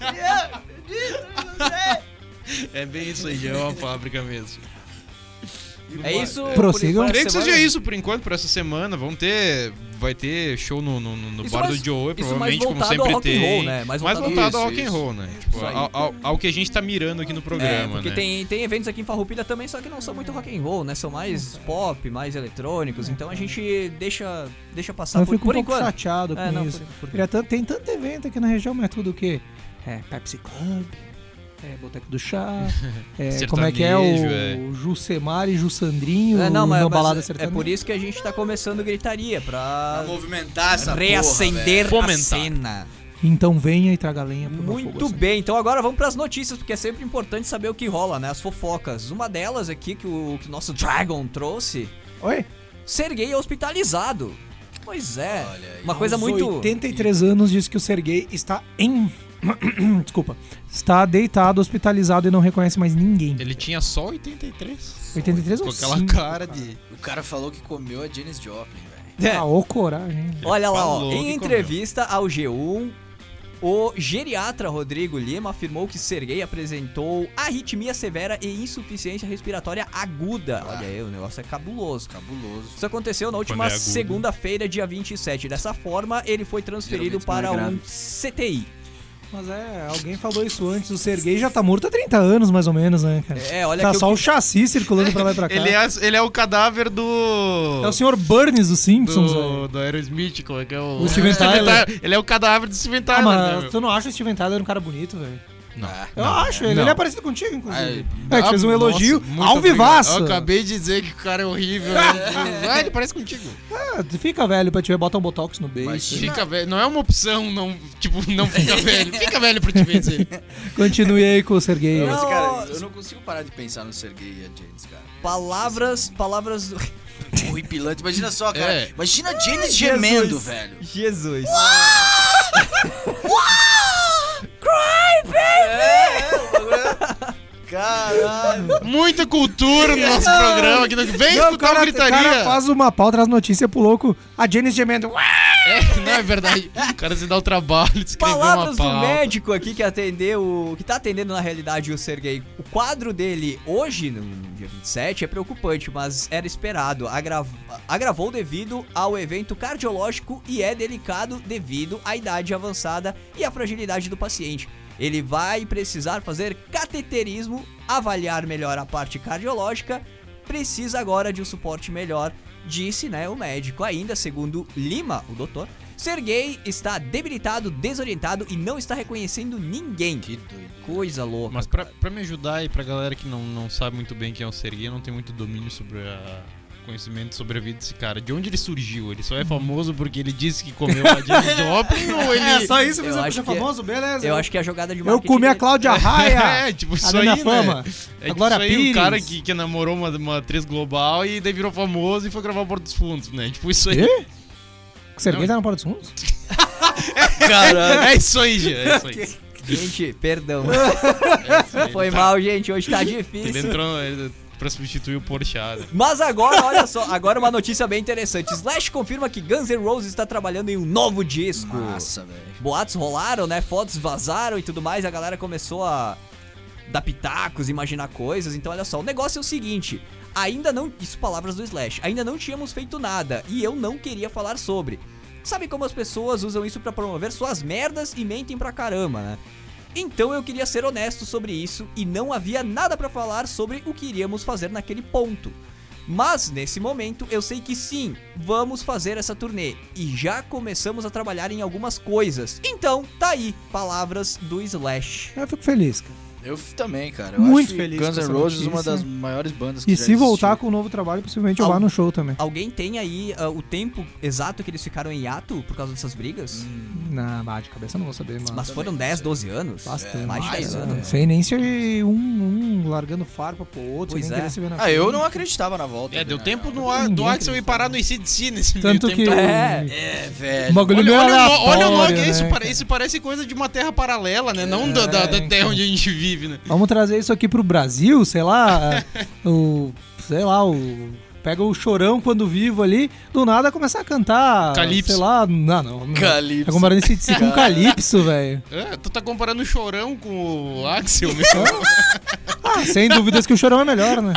É bem isso aí, é uma fábrica mesmo. É isso. Prossigam. por Creio que semana. seja isso por enquanto, por essa semana. Vamos ter. Vai ter show no, no, no Isso bar mais- do Joey, isso mais provavelmente, como voltado sempre ao rock and tem. roll, né? Mais Mais voltado- voltado ao Isso, rock and roll, né? Isso Tipo, aí. ao, ao, ao que a gente tá mirando aqui no É, programa, porque né? tem, tem eventos aqui em Farroupilha também, só que não são muito rock and roll, né? São mais pop, mais eletrônicos. Então a gente deixa, deixa passar Eu por, fico por um pouco enquanto. chateado com É, não, isso. por- por- Ele é tanto- tem tanto evento aqui na região, mas é tudo o quê? É Pepsi Club, é Boteco do Chá, é, como é que é Sertanejo, o é. Jussemar e Jussandrinho, É, não, mas, no mas Balada é Sertaneja. por isso que a gente tá começando gritaria, pra Pra movimentar essa reacender porra, a Fomentar. cena. Então venha e traga lenha pro meu fogo, Muito assim. bem, então agora vamos pras notícias, porque é sempre importante saber o que rola, né? As fofocas. Uma delas aqui que o, que o nosso Dragon trouxe, Oi? Serguei hospitalizado. Pois é, Olha aí. uma coisa Aos muito... oitenta e três anos diz que o Serguei está em... Desculpa. Está deitado, hospitalizado e não reconhece mais ninguém. Ele tinha só oitenta e três. oitenta e três Com ou aquela cinco, cara de. O cara falou que comeu a Janis Joplin, velho. É. Ah, ô coragem. Olha lá, ó, falou em que entrevista ao G um, O geriatra Rodrigo Lima afirmou que Serguei apresentou arritmia severa e insuficiência respiratória aguda. Ah. Olha aí, o negócio é cabuloso. Cabuloso. Isso aconteceu na última Quando é agudo. segunda-feira, dia vinte e sete. Dessa forma, ele foi transferido Geralmente para não é um grave. C T I. Mas é, alguém falou isso antes, o Serguei já tá morto há trinta anos, mais ou menos, né, cara? É, olha Tá que só eu- o chassi circulando pra lá e pra cá. Ele é, ele é o cadáver do. É o senhor Burns dos Simpsons, do, velho. do Aerosmith, como é que é o. O Steven Tyler. Ele é o cadáver do Steven Ah, Tyler, né, mas meu? tu não acha o Steven Tyler um cara bonito, velho? Não. Eu acho, ele, não. ele é parecido contigo, inclusive. Ah, É, que fez um Ah, elogio nossa, muito ao obrigado. vivaço. Eu acabei de dizer que o cara é horrível. né? Ah, ele parece contigo. Ah, fica velho pra te ver, bota um botox no beijo. Mas- Fica velho. Não é uma opção, não. Tipo, não fica velho. Fica velho pra te ver dizer. Continue aí com o Serguei. Não, Não. mas, cara, eu não consigo parar de pensar no Serguei e a Janis, cara. Palavras, palavras do... Horripilante. Imagina só, cara. É. Imagina a Janis gemendo, Jesus. velho. Jesus. É, o bagulho é- Caralho. Muita cultura no nosso programa aqui. No... Vem Não, o escutar cara, uma o gritaria. cara faz uma pau, traz notícia pro louco. A Janice gemendo. É, não é verdade. O cara se dá o trabalho de escrever Palavras uma do pauta. médico aqui que atendeu, que tá atendendo na realidade o Serguei. O quadro dele hoje, no dia vinte e sete, é preocupante, mas era esperado. Agrav... Agravou devido ao evento cardiológico e é delicado devido à idade avançada e à fragilidade do paciente. Ele vai precisar fazer cateterismo, avaliar melhor a parte cardiológica, precisa agora de um suporte melhor, disse, né, o médico. Ainda, segundo Lima, o doutor, Serguei está debilitado, desorientado e não está reconhecendo ninguém. Que doido. Coisa louca. Mas pra, pra me ajudar e pra galera que não, não sabe muito bem quem é o Serguei, não tem muito domínio sobre a... conhecimento sobre a vida desse cara. De onde ele surgiu? Ele só é famoso porque ele disse que comeu a Janis Joplin ou ele... É, só isso Eu mesmo pra acho ser que é- famoso? Beleza. Eu acho que é a jogada de Eu marketing comi a dele. Cláudia Raia. É, tipo, a isso Ana aí, Fama. né? É A tipo Glória isso aí, Pires. o cara que, que namorou uma, uma atriz global e daí virou famoso e foi gravar o Porto dos Fundos, né? Tipo, isso aí. Quê? O Serguei Não. tá na Porta dos Fundos? Caralho. É isso aí, Gia, é isso aí. Gente, perdão. É isso aí. Foi Ele tá- mal, gente. Hoje tá Ele difícil. entrou ele- pra substituir o Porchat. né? Mas agora, olha só, agora uma notícia bem interessante. Slash confirma que Guns N' Roses está trabalhando em um novo disco. Massa, velho. Boatos rolaram, né? Fotos vazaram e tudo mais. A galera começou a dar pitacos, imaginar coisas. Então, olha só, o negócio é o seguinte. Ainda não... Isso palavras do Slash. Ainda não tínhamos feito nada. E eu não queria falar sobre. Sabe como as pessoas usam isso pra promover suas merdas e mentem pra caramba, né? Então eu queria ser honesto sobre isso e não havia nada pra falar sobre o que iríamos fazer naquele ponto. Mas nesse momento eu sei que sim, vamos fazer essa turnê e já começamos a trabalhar em algumas coisas. Então tá aí, palavras do Slash. Eu fico feliz, cara. Eu f- também, cara. Eu Muito acho feliz Guns com N' essa Roses notícia. uma das maiores bandas que E já se voltar existiu. com o novo trabalho, possivelmente eu Al- vá no show também. Alguém tem aí ah, o tempo exato que eles ficaram em hiato por causa dessas brigas? Na bah, de cabeça eu não vou saber, mas... Mas foram também dez, não sei. doze anos? Bastante. Mais de dez anos. Não sei nem se um, um largando farpa pro outro, Pois nem é. querer se ver na Ah, eu frente. não acreditava na volta. É, deu né, tempo cara? no, ar- do Ninguém Axel ir acredita. parar no I C D C nesse Tanto meio que... tempo. É. É, Um velho. bagulho Olha, meio olha, o no- olha o nome, aleatório, isso, né, pare- cara? isso parece coisa de uma terra paralela, né? Não da, da, da É, terra onde a gente vive, né? Vamos trazer isso aqui pro Brasil, sei lá, o... sei lá, o... Pega o Chorão quando vivo ali, do nada começar a cantar, Calypso. sei lá, não, não. não. Calypso. Tá comparando esse C com Calypso, velho. É, tu tá comparando o Chorão com o Axel, meu. Ah, sem dúvidas que o Chorão é melhor, né?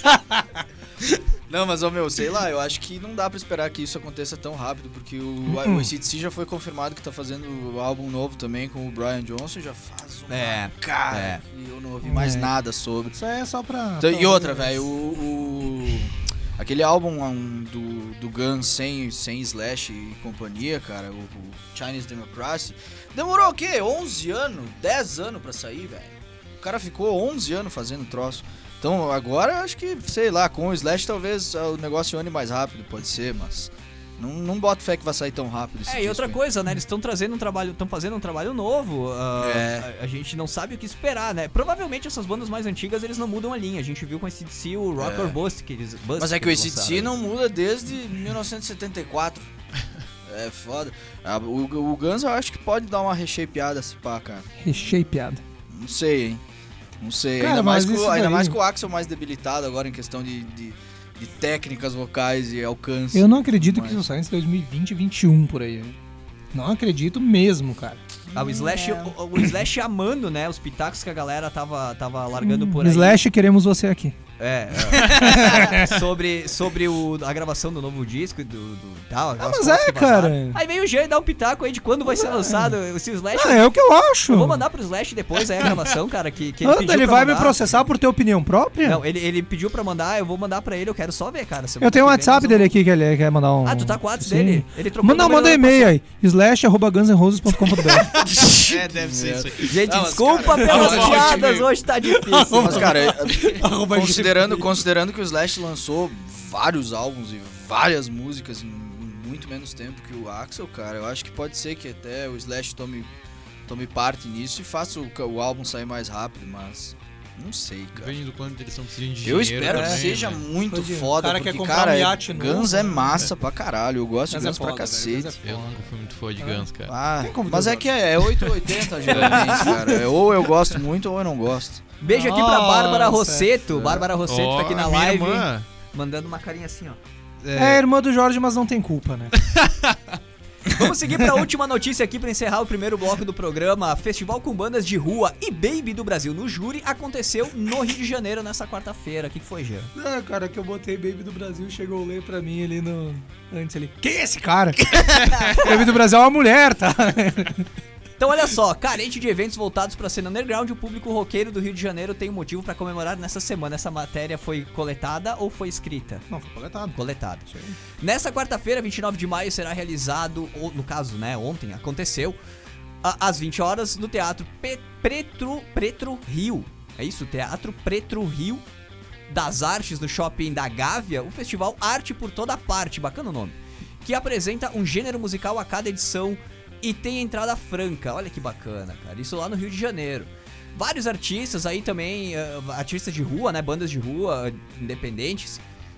Não, mas, ó, meu, sei lá, eu acho que não dá pra esperar que isso aconteça tão rápido, porque o, Uhum. o A C D C já foi confirmado que tá fazendo o álbum novo também com o Brian Johnson, já faz um É, cara é. e eu não ouvi mais É. nada sobre. Isso aí é só pra... Então, pra- e outra, velho, o, o- aquele álbum um, do, do Guns sem, sem Slash e companhia, cara, o, o Chinese Democracy, demorou o quê? onze anos? dez anos pra sair, velho. O cara ficou onze anos fazendo troço. Então agora eu acho que, sei lá, com o Slash talvez o negócio ande mais rápido, pode ser, mas não, não boto fé que vai sair tão rápido esse É, e disco outra aí. coisa, né? Eles estão trazendo um trabalho, estão fazendo um trabalho novo. ah, É. a, a gente não sabe o que esperar, né? Provavelmente essas bandas mais antigas eles não mudam a linha. A gente viu com esse A C D C o Rock É. or Bust que eles. Bust Mas é que o eles A C D C lançaram. não muda desde mil novecentos e setenta e quatro. É foda. Ah, O, o Guns eu acho que pode dar uma reshapeada se pá, cara. Rechepeado. Não sei, hein? Não sei. Cara, ainda mais, mas com, isso ainda daí- mais com o Axel mais debilitado agora em questão de, de, de técnicas vocais e alcance. Eu não acredito Mas- que isso saia em dois mil e vinte, vinte e um por aí. Não acredito mesmo, cara. Ah, o Slash, É. o, o Slash amando, né, os pitacos que a galera tava, tava largando por aí. Slash, queremos você aqui. É, é. sobre, sobre o, a gravação do novo disco e do, do tal. Ah, aquelas mas fotos é, que passaram. cara. Aí veio o Jean dar um pitaco aí de quando vai ser lançado esse Slash. Ah, é o que eu acho. Eu vou mandar pro Slash depois aí a gravação, cara, que, que ele Anda, pediu ele pra vai mandar. me processar por ter opinião própria? Não, ele, ele pediu pra mandar, eu vou mandar pra ele, eu quero só ver, cara. Eu tenho o o WhatsApp dele aqui que ele quer mandar um... Ah, tu tá com o WhatsApp Sim. dele? Ele trocou Manda, o número manda no ano e-mail aí. slash arroba guns n roses ponto com ponto b r. É, deve ser isso aí. Gente, Não, mas, desculpa cara, pelas não, piadas, ótimo. hoje tá difícil. Mas, cara, é- Arroba considerando, G P. considerando que o Slash lançou vários álbuns e várias músicas em, em muito menos tempo que o Axl, cara, eu acho que pode ser que até o Slash tome, tome parte nisso e faça o, ca- o álbum sair mais rápido, mas não sei, cara. Depende do quanto eles estão precisando de Eu dinheiro espero que também, seja né? muito Pode ir. foda, O cara quer porque, comprar cara, um é- iate novo, Guns é né? massa pra caralho, eu gosto Guns de é Guns pra foda, velho, cacete. Guns é Eu nunca fui muito fã de Guns, cara. Ah, Tem como mas ter é que é, é oito ou oitenta geralmente, cara. É, ou eu gosto muito ou eu não gosto. Beijo aqui pra Nossa. Bárbara Rosseto. Bárbara Rosseto Ó, tá aqui na a minha live. irmã, Mandando uma carinha assim, ó. É irmã do Jorge, mas não tem culpa, né? Vamos seguir pra última notícia aqui pra encerrar o primeiro bloco do programa. Festival com bandas de rua e Baby do Brasil no Júri aconteceu no Rio de Janeiro nessa quarta-feira. O que que foi, Jean? Ah, cara, que eu botei Baby do Brasil, chegou o ler pra mim ali no... Antes ali. Quem é esse cara? Baby do Brasil é uma mulher, tá? Então olha só, carente de eventos voltados pra cena underground, o público roqueiro do Rio de Janeiro tem um motivo pra comemorar nessa semana. Essa matéria foi coletada ou foi escrita? Não, foi coletado. Coletado. Nessa quarta-feira, vinte e nove de maio, será realizado, ou no caso, né, ontem aconteceu, a- às vinte horas, no Teatro Pe- Pretro, Pretro Rio. É isso? Teatro Pretro Rio das Artes, no Shopping da Gávea, o festival Arte por Toda Parte, bacana o nome, que apresenta um gênero musical a cada edição e tem entrada franca. Olha que bacana, cara. Isso lá no Rio de Janeiro. Vários artistas aí também, eh, artistas de rua, né, bandas de rua, eh, independentes.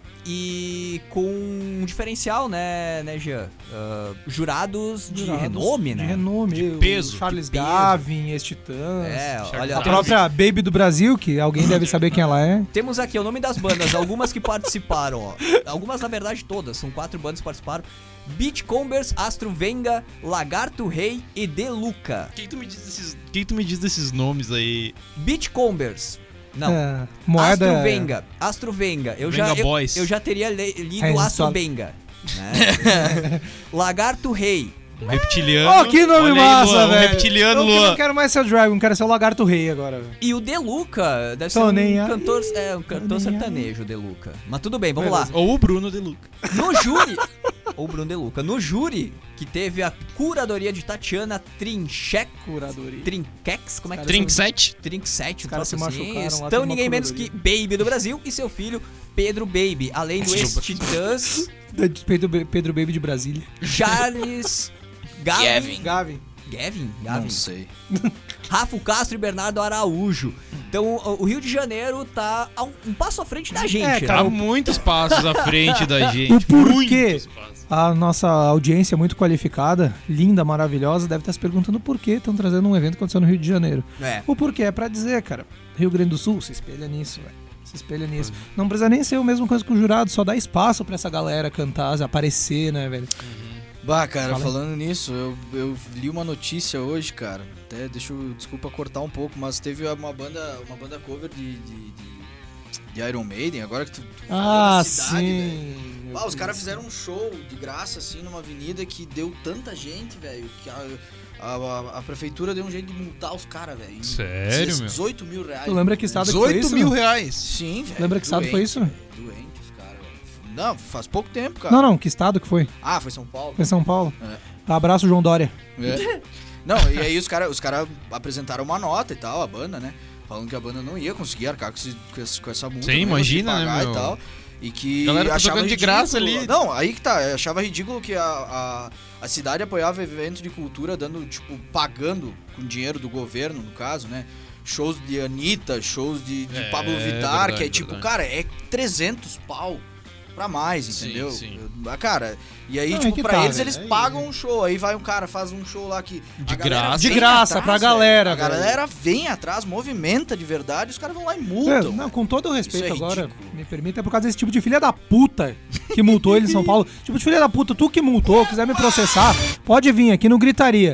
E com um diferencial, né, né, Jean? Ah, jurados de Jurados renome, né? De renome. De o peso, Charles de peso. Gavin, ex-Titãs. É, Charles olha, A Gavin. própria Baby do Brasil, que alguém deve saber quem ela é. temos aqui o nome das bandas, algumas que participaram, ó. Algumas, na verdade, todas. São quatro bandas que participaram. Beachcombers, Astro Venga, Lagarto Rei e Deluca. Quem tu me diz desses, quem tu me diz desses nomes aí? Beachcombers. Não. É, moeda... Astro Venga. Astro Venga. Eu já, Venga eu, Boys. eu já teria le- lido É, Astro só- Venga. Né? Lagarto Rei. Um reptiliano. Oh, que nome Olha aí, massa, Luan, velho. Um reptiliano, eu, Eu Luan. não quero mais ser o Dragon, quero ser o Lagarto Rei agora, velho. E o Deluca deve ser Tô um nem aí. cantor, é, um cantor nem aí. sertanejo, o Deluca. Mas tudo bem, vamos Beleza. lá. Ou o Bruno De Luca. No júri, ou Bruno Deluca, no júri que teve a curadoria de Tatiana Trinchek, Curadoria. Trinquex, como é que Trink sete. Trinksete, um caras se troço assim. machucaram lá, Estão tem uma ninguém menos que curadoria. Baby do Brasil e seu filho Pedro Baby, além do ex-Titãs Pedro, Pedro Baby de Brasília. Charles Gavin. Gavin. Gavin. Gavin? Gavin. Não sei. Rafa Castro e Bernardo Araújo. Então o o Rio de Janeiro tá a um, um passo à frente da gente. É, né? cara, Tá muitos passos à frente da gente. O porquê? Muitos passos. A nossa audiência muito qualificada, linda, maravilhosa, deve estar se perguntando por que estão trazendo um evento que aconteceu no Rio de Janeiro. É. O porquê é pra dizer, cara. Rio Grande do Sul se espelha nisso, velho. Se espelha nisso. Não precisa nem ser a mesma coisa que o jurado, só dá espaço pra essa galera cantar, aparecer, né, velho? Bah, cara, Fala aí. falando nisso, eu, eu li uma notícia hoje, cara. Até deixa eu, desculpa cortar um pouco, mas teve uma banda, uma banda cover de, de, de, de Iron Maiden, agora que tu, tu falou Ah, da cidade, velho. sim. Ah, os caras fizeram um show de graça, assim, numa avenida que deu tanta gente, velho, que a, a, a- a prefeitura deu um jeito de multar os caras, velho. em Sério, meu? dezoito mil reais. Tu lembra que estado que foi dezoito isso? mil reais. Sim, velho. Lembra que estado foi doente, isso? velho, Doente, os caras, velho. Não, faz pouco tempo, cara. Não, não, que estado que foi? Ah, foi São Paulo. Foi São Paulo. É. Abraço, João Dória. É. Não, e aí os caras os cara apresentaram uma nota e tal, a banda, né? Falando que a banda não ia conseguir arcar com, esse, com, essa, com essa multa. Sim, não ia imagina, conseguir pagar né, meu? E, tal, e que Galera tá achava tocando de ridículo- graça ali. Não, aí que tá, eu achava ridículo que a, a, a cidade apoiava evento de cultura dando, tipo, pagando com dinheiro do governo, no caso, né? Shows de Anitta, shows de, de É, Pablo Vittar, verdade, que é tipo, verdade. cara, é trezentos pau pra mais, Sim, entendeu? sim. Ah, Cara, e aí, Não, é tipo, que pra tá, eles, velho, eles aí- pagam um show, aí vai um cara, faz um show lá que... De a galera graça. De vem graça, pra galera, velho. A velho. galera vem atrás, movimenta de verdade, os caras vão lá e É, multam. não, com todo o respeito Isso é agora, ridículo. me permita, é por causa desse tipo de filha da puta que multou ele em São Paulo. Tipo de filha da puta, tu que multou, quiser me processar, pode vir aqui no Gritaria.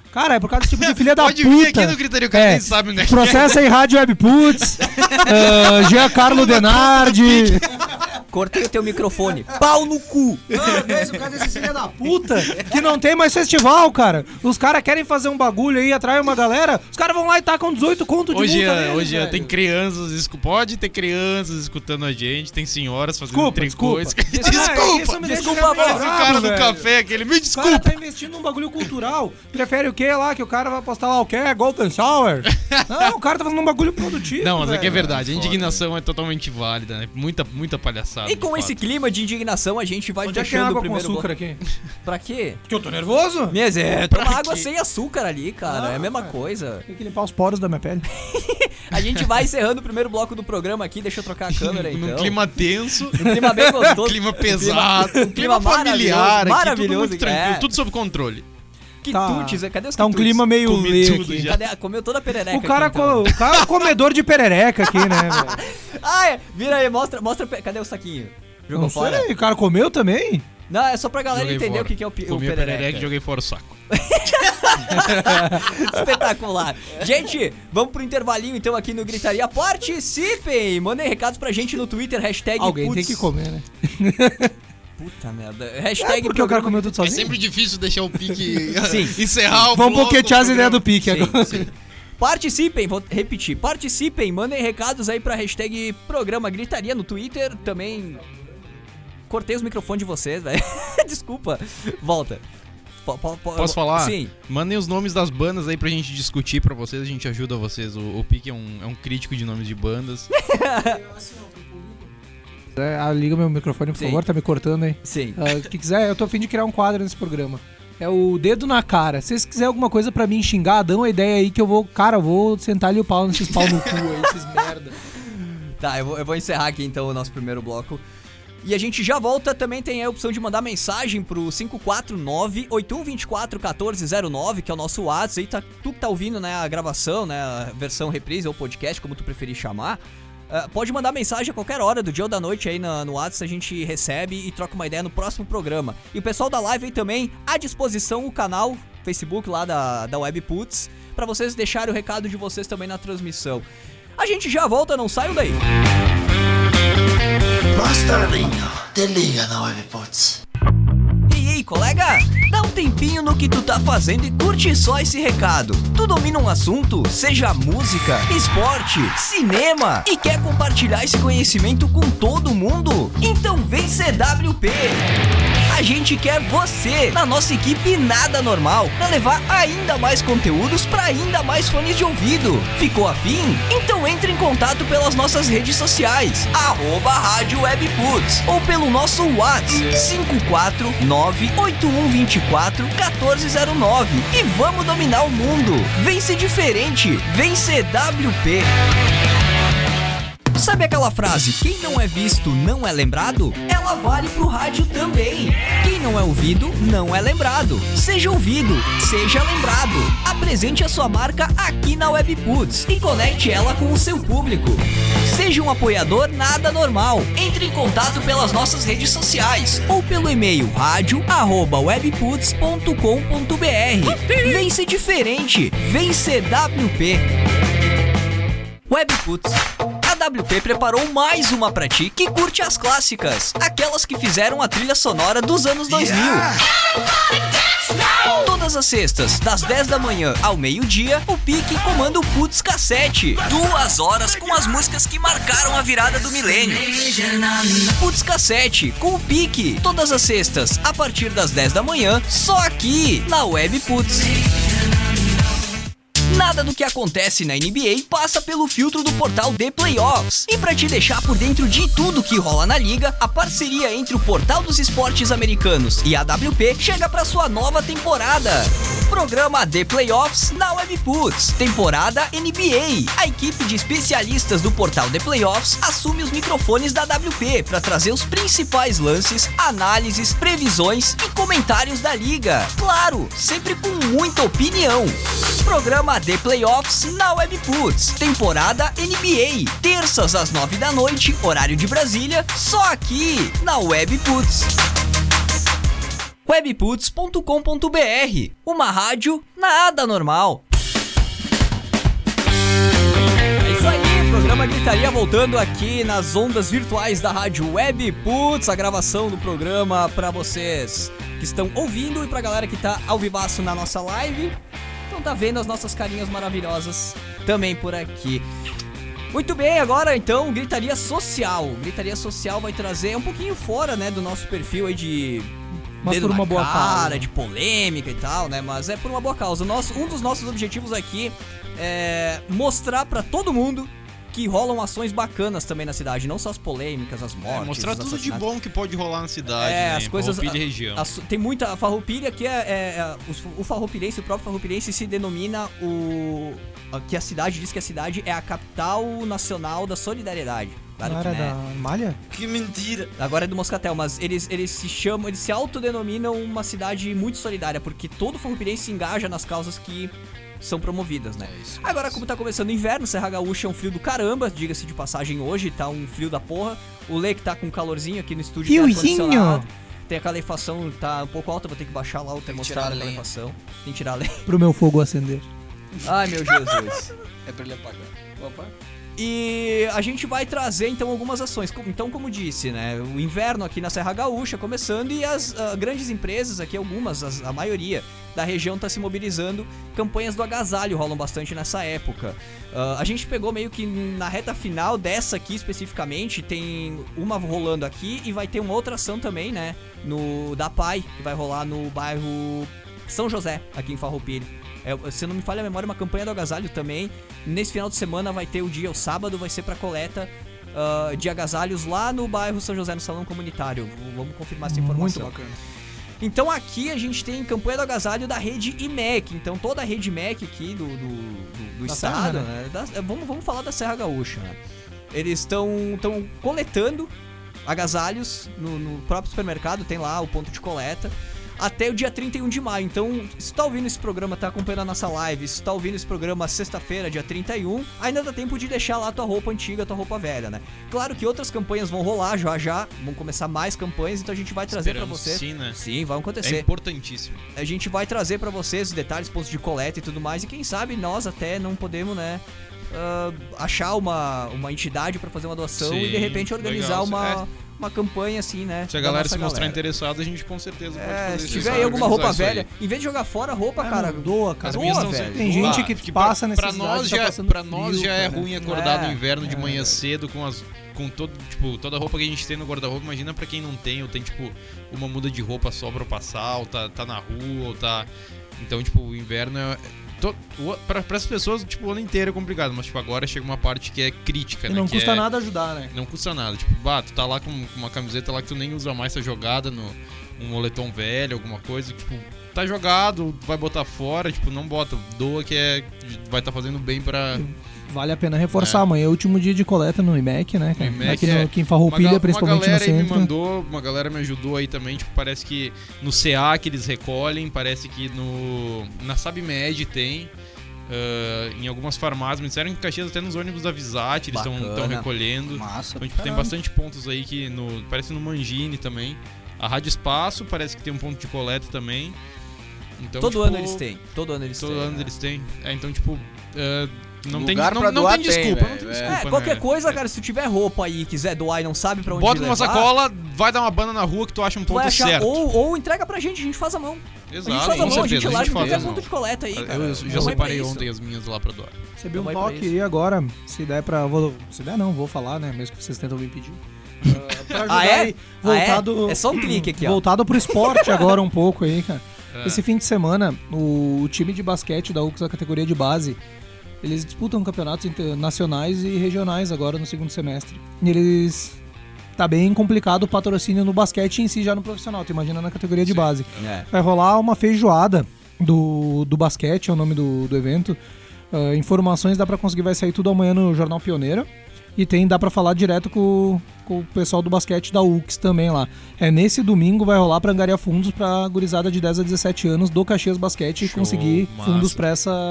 Cara, é por causa desse tipo de filha da Pode puta. vir aqui no Gritaria, o cara É, nem sabe onde é que Processa aí Rádio Webputs, uh, Giancarlo Denardi. Cortei o teu microfone. Pau no cu. Mano, esse o cara desse filha da puta que não tem mais festival, cara. Os caras querem fazer um bagulho aí, atrai uma galera, os caras vão lá e tacam dezoito conto de Hoje, multa é, neles, hoje é, velho. tem crianças, escu- pode ter crianças escutando a gente, tem senhoras fazendo Desculpa, tricô. desculpa. Desculpa, Ah, isso me deixa desculpa, já voz. meio o bravo, cara do velho. café, aquele, me O cara desculpa. tá investindo num bagulho cultural. Prefere o quê lá? Que o cara vai postar lá o quê? Golden Shower? Não, o cara tá fazendo um bagulho produtivo. Não, mas é velho. que é verdade, a indignação é totalmente válida, né? Muita, muita palhaçada. E com de esse fato. clima de indignação, a gente vai Onde é que tem fechando o água com primeiro açúcar bloco. aqui? Pra quê? Porque eu tô nervoso. Minha Zé, toma Pra água quê? sem açúcar ali, cara. Ah, é a mesma cara. coisa. Tem que limpar os poros da minha pele. A gente vai encerrando o primeiro bloco do programa aqui. Deixa eu trocar a câmera então. Num clima tenso, Um clima bem gostoso. clima pesado, um clima clima familiar, aqui, maravilhoso, tudo muito tranquilo, é. tudo sob controle. Quitutes, cadê os Tá um quitutes? clima meio Comi lê tudo aqui. já. Cadê? Comeu toda a perereca O cara, aqui, então. co- o cara é comedor de perereca aqui, né, velho? Ah, é. Vira aí, mostra, mostra. pe- Cadê o saquinho? Jogou Não fora? sei, o cara comeu também? Não, é só pra galera Joguei entender fora. o que que é o, pi- o Comi a perereca. perereca e joguei fora o saco. Espetacular. Gente, vamos pro intervalinho então aqui no Gritaria. Participem! Mandem recados pra gente no Twitter, hashtag Alguém tem putz. que comer, né? Puta merda. É Hashtag porque o cara programa- comeu tudo É sozinho? sempre difícil deixar o pique Sim. encerrar o Vamos bloco, boquetear as o ideias do programa. pique Sim, agora. sim. Participem, vou repetir. Participem, mandem recados aí pra hashtag programa Gritaria no Twitter. Também cortei os microfones de vocês, velho. Desculpa. Volta. Po- po- po- Posso falar? Sim. Mandem os nomes das bandas aí pra gente discutir pra vocês, a gente ajuda vocês. O, o Pique é um, é um crítico de nomes de bandas. É, ah, liga meu microfone, por Sim. favor, tá me cortando aí. Sim. Ah, que quiser, eu tô a fim de criar um quadro nesse programa. É o dedo na cara. Se vocês quiserem alguma coisa pra mim xingar, dão uma ideia aí que eu vou... Cara, eu vou sentar ali o pau nesses pau no cu aí, esses merda. Tá, eu vou, eu vou encerrar aqui então o nosso primeiro bloco. E a gente já volta, também tem a opção de mandar mensagem pro cinco quatro nove, oito um dois quatro, um quatro zero nove, que é o nosso WhatsApp. Aí tá, tu que tá ouvindo, né, a gravação, né, a versão reprise ou podcast, como tu preferir chamar. Uh, pode mandar mensagem a qualquer hora do dia ou da noite aí na, no WhatsApp, a gente recebe e troca uma ideia no próximo programa. E o pessoal da live aí também, à disposição o canal Facebook lá da, da Webputs, pra vocês deixarem o recado de vocês também na transmissão. A gente já volta, não saiam daí. Mais tardinho, te liga na Webputs. E aí, colega? Dá um tempinho no que tu tá fazendo e curte só esse recado. Tu domina um assunto, seja música, esporte, cinema, e quer compartilhar esse conhecimento com todo mundo? Então vem C W P! A gente quer você na nossa equipe Nada Normal pra levar ainda mais conteúdos pra ainda mais fones de ouvido. Ficou afim? Então entre em contato pelas nossas redes sociais, arroba Rádio Webputs, ou pelo nosso WhatsApp cinco quatro nove, oito um dois quatro, um quatro zero nove e vamos dominar o mundo. Vem ser diferente, vem C W P. Sabe aquela frase, quem não é visto não é lembrado? Ela vale pro rádio também. Quem não é ouvido não é lembrado. Seja ouvido, seja lembrado. Apresente a sua marca aqui na Webputs e conecte ela com o seu público. Seja um apoiador Nada Normal. Entre em contato pelas nossas redes sociais ou pelo e-mail rádio arroba webputs ponto com ponto br. Vem ser diferente, vem ser W P. Webputs. A W P preparou mais uma pra ti que curte as clássicas, aquelas que fizeram a trilha sonora dos anos dois mil. Todas as sextas, das dez da manhã ao meio-dia, o Pique comanda o Putz Cassete. Duas horas com as músicas que marcaram a virada do milênio. Putz Cassete, com o Pique. Todas as sextas, a partir das dez da manhã, só aqui, na Webputs. Nada do que acontece na N B A passa pelo filtro do portal The Playoffs. E pra te deixar por dentro de tudo que rola na liga, a parceria entre o Portal dos Esportes Americanos e a W P chega pra sua nova temporada. Programa The Playoffs na Webputs. Temporada N B A. A equipe de especialistas do portal The Playoffs assume os microfones da W P pra trazer os principais lances, análises, previsões e comentários da liga. Claro, sempre com muita opinião. Programa The Playoffs na Webputs. Temporada N B A. Terças às nove da noite, horário de Brasília, só aqui na Webputs. webputs ponto com ponto b r, uma rádio nada normal. É isso aí, programa Gritaria voltando aqui nas ondas virtuais da rádio Webputs, a gravação do programa pra vocês que estão ouvindo e pra galera que tá ao vivaço na nossa live. Então tá vendo as nossas carinhas maravilhosas também por aqui. Muito bem, agora então, Gritaria Social. Gritaria Social vai trazer um pouquinho fora, né, do nosso perfil aí de... Mas dedo por uma na boa cara, causa. de polêmica e tal, né? Mas é por uma boa causa. O nosso, um dos nossos objetivos aqui é mostrar pra todo mundo que rolam ações bacanas também na cidade, não só as polêmicas, as mortes, É, mostrar os tudo de assassinatos. bom que pode rolar na cidade, É, né? as coisas. Farroupilha e região. a- a- tem muita. A Farroupilha que é. é- é- o, o Farroupilense, o próprio Farroupilense se denomina o. a- Que a cidade diz que a cidade é a capital nacional da solidariedade. Claro Não que, era né? da Malha? Que mentira. Agora é do Moscatel, mas eles, eles se chamam, eles se autodenominam uma cidade muito solidária, porque todo Farroupilense se engaja nas causas que são promovidas, né? É isso, Agora, isso. como tá começando o inverno, Serra Gaúcha é um frio do caramba, diga-se de passagem hoje, tá um frio da porra. O Lê que tá com calorzinho aqui no estúdio, tem Friozinho. ar-condicionado. Tem a calefação, tá um pouco alta, vou ter que baixar lá o Tem que termostato tirar a da lenha. calefação. Tem que tirar a lenha. Pro meu fogo acender. Ai, meu Jesus. É pra ele apagar. Opa. E a gente vai trazer então algumas ações. Com- Então, como disse, né, o inverno aqui na Serra Gaúcha começando e as ah, grandes empresas aqui, algumas, as- a maioria da região tá se mobilizando. Campanhas do agasalho rolam bastante nessa época. Ah, a gente pegou meio que na reta final dessa aqui especificamente, tem uma rolando aqui e vai ter uma outra ação também, né, no da P A I, que vai rolar no bairro São José, aqui em Farroupilha. É, se não me falha a memória, uma campanha do agasalho também. Nesse final de semana vai ter o dia, o sábado vai ser pra coleta ah, de agasalhos lá no bairro São José, no Salão Comunitário. V- Vamos confirmar essa informação. Muito bacana. Então aqui a gente tem campanha do agasalho da rede I M E C. Então toda a rede I M E C aqui do, do, do, do Da estado, Serra, né? Da- é, vamos, vamos falar da Serra Gaúcha, né? Eles estão coletando agasalhos no, no próprio supermercado, tem lá o ponto de coleta, até o dia trinta e um de maio. Então, se tá ouvindo esse programa, tá acompanhando a nossa live, se tá ouvindo esse programa sexta-feira, dia trinta e um, ainda dá tempo de deixar lá tua roupa antiga, tua roupa velha, né? Claro que outras campanhas vão rolar já já, vão começar mais campanhas, então a gente vai trazer Esperamos pra você. sim, né? Sim, vai É acontecer. importantíssimo. A gente vai trazer pra vocês os detalhes, pontos de coleta e tudo mais, e quem sabe nós até não podemos, né, ah, achar uma, uma entidade pra fazer uma doação Sim, e de repente organizar legal. uma, É. uma campanha assim, né? Se a da galera nossa se mostrar galera. interessada, a gente com certeza pode É, fazer se isso. tiver Sabe? aí alguma roupa Organizar isso velha, aí. em vez de jogar fora a roupa, Ah, cara, não, doa, cara. As doa, minhas não velho. sei. Tem Doa. gente que Porque passa pra, pra necessidade, nós tá já, passando pra nós frio, já é cara. ruim acordar É, no inverno de é manhã verdade. cedo com as com todo, tipo, toda a roupa que a gente tem no guarda-roupa. Imagina pra quem não tem, ou tem tipo uma muda de roupa só pra passar, ou tá, tá na rua, ou tá. Então, tipo, o inverno é to, o, pra, pras pessoas, tipo, o ano inteiro é complicado, mas tipo, agora chega uma parte que é crítica, E né? não que custa é- nada ajudar, né? Não custa nada. Tipo, bah, tu tá lá com com uma camiseta lá que tu nem usa mais, tá jogada no um moletom velho, alguma coisa, tipo, tá jogado, tu vai botar fora, tipo, não bota, doa que é vai tá fazendo bem pra Vale a pena reforçar. É. Amanhã é o último dia de coleta no I M E C, né, cara? No I M E C, Aqui, no, é. aqui em Farroupilha, ga- principalmente uma galera no aí me centro. mandou, uma galera me ajudou aí também, tipo, parece que no C A que eles recolhem, parece que no na Sabmed tem. ah, em algumas farmácias, me disseram que em Caxias até nos ônibus da Visat eles estão Bacana. recolhendo. Massa. Então, tipo, tem bastante pontos aí que no. Parece no Mangini também. A Rádio Espaço parece que tem um ponto de coleta também. Então, todo tipo, ano eles têm. Todo ano eles Todo têm. ano né? eles têm. É, então, tipo. é, não tem, Lugar não, pra não doar tem desculpa, tem, não tem velho, é. desculpa. É, qualquer né? coisa, cara, se tu tiver roupa aí e quiser doar e não sabe pra onde Bota levar, numa sacola, vai dar uma banda na rua que tu acha um tu vai ponto achar, certo. ou, ou entrega pra gente, a gente faz a mão. a gente Exato, faz a com mão, a gente certeza. larga em faz qualquer a mão. ponto de coleta aí, cara. Eu, eu já Não vai pra separei isso. ontem as minhas lá pra doar. Recebi um Então vai pra toque isso. aí agora, se der pra... Vou, se der não, vou falar, né? Mesmo que vocês tentam me impedir. Ah, pra ajudar Ah, é? aí, voltado, Ah, é? É só um clique aqui, ó. Voltado pro esporte agora um pouco aí, cara. É. Esse fim de semana, o, o time de basquete da U C S, da categoria de base, eles disputam campeonatos internacionais e regionais agora no segundo semestre. E eles... Tá bem complicado o patrocínio no basquete em si, já no profissional, tu imagina na categoria de Sim. base. É. Vai rolar uma feijoada do, do basquete, é o nome do, do evento. Ah, informações dá pra conseguir, vai sair tudo amanhã no Jornal Pioneira. E tem, dá pra falar direto com, com o pessoal do basquete da U C S também lá. É nesse domingo, vai rolar pra angariar fundos pra gurizada de dez a dezessete anos do Caxias Basquete e Show, conseguir massa. fundos pra essa,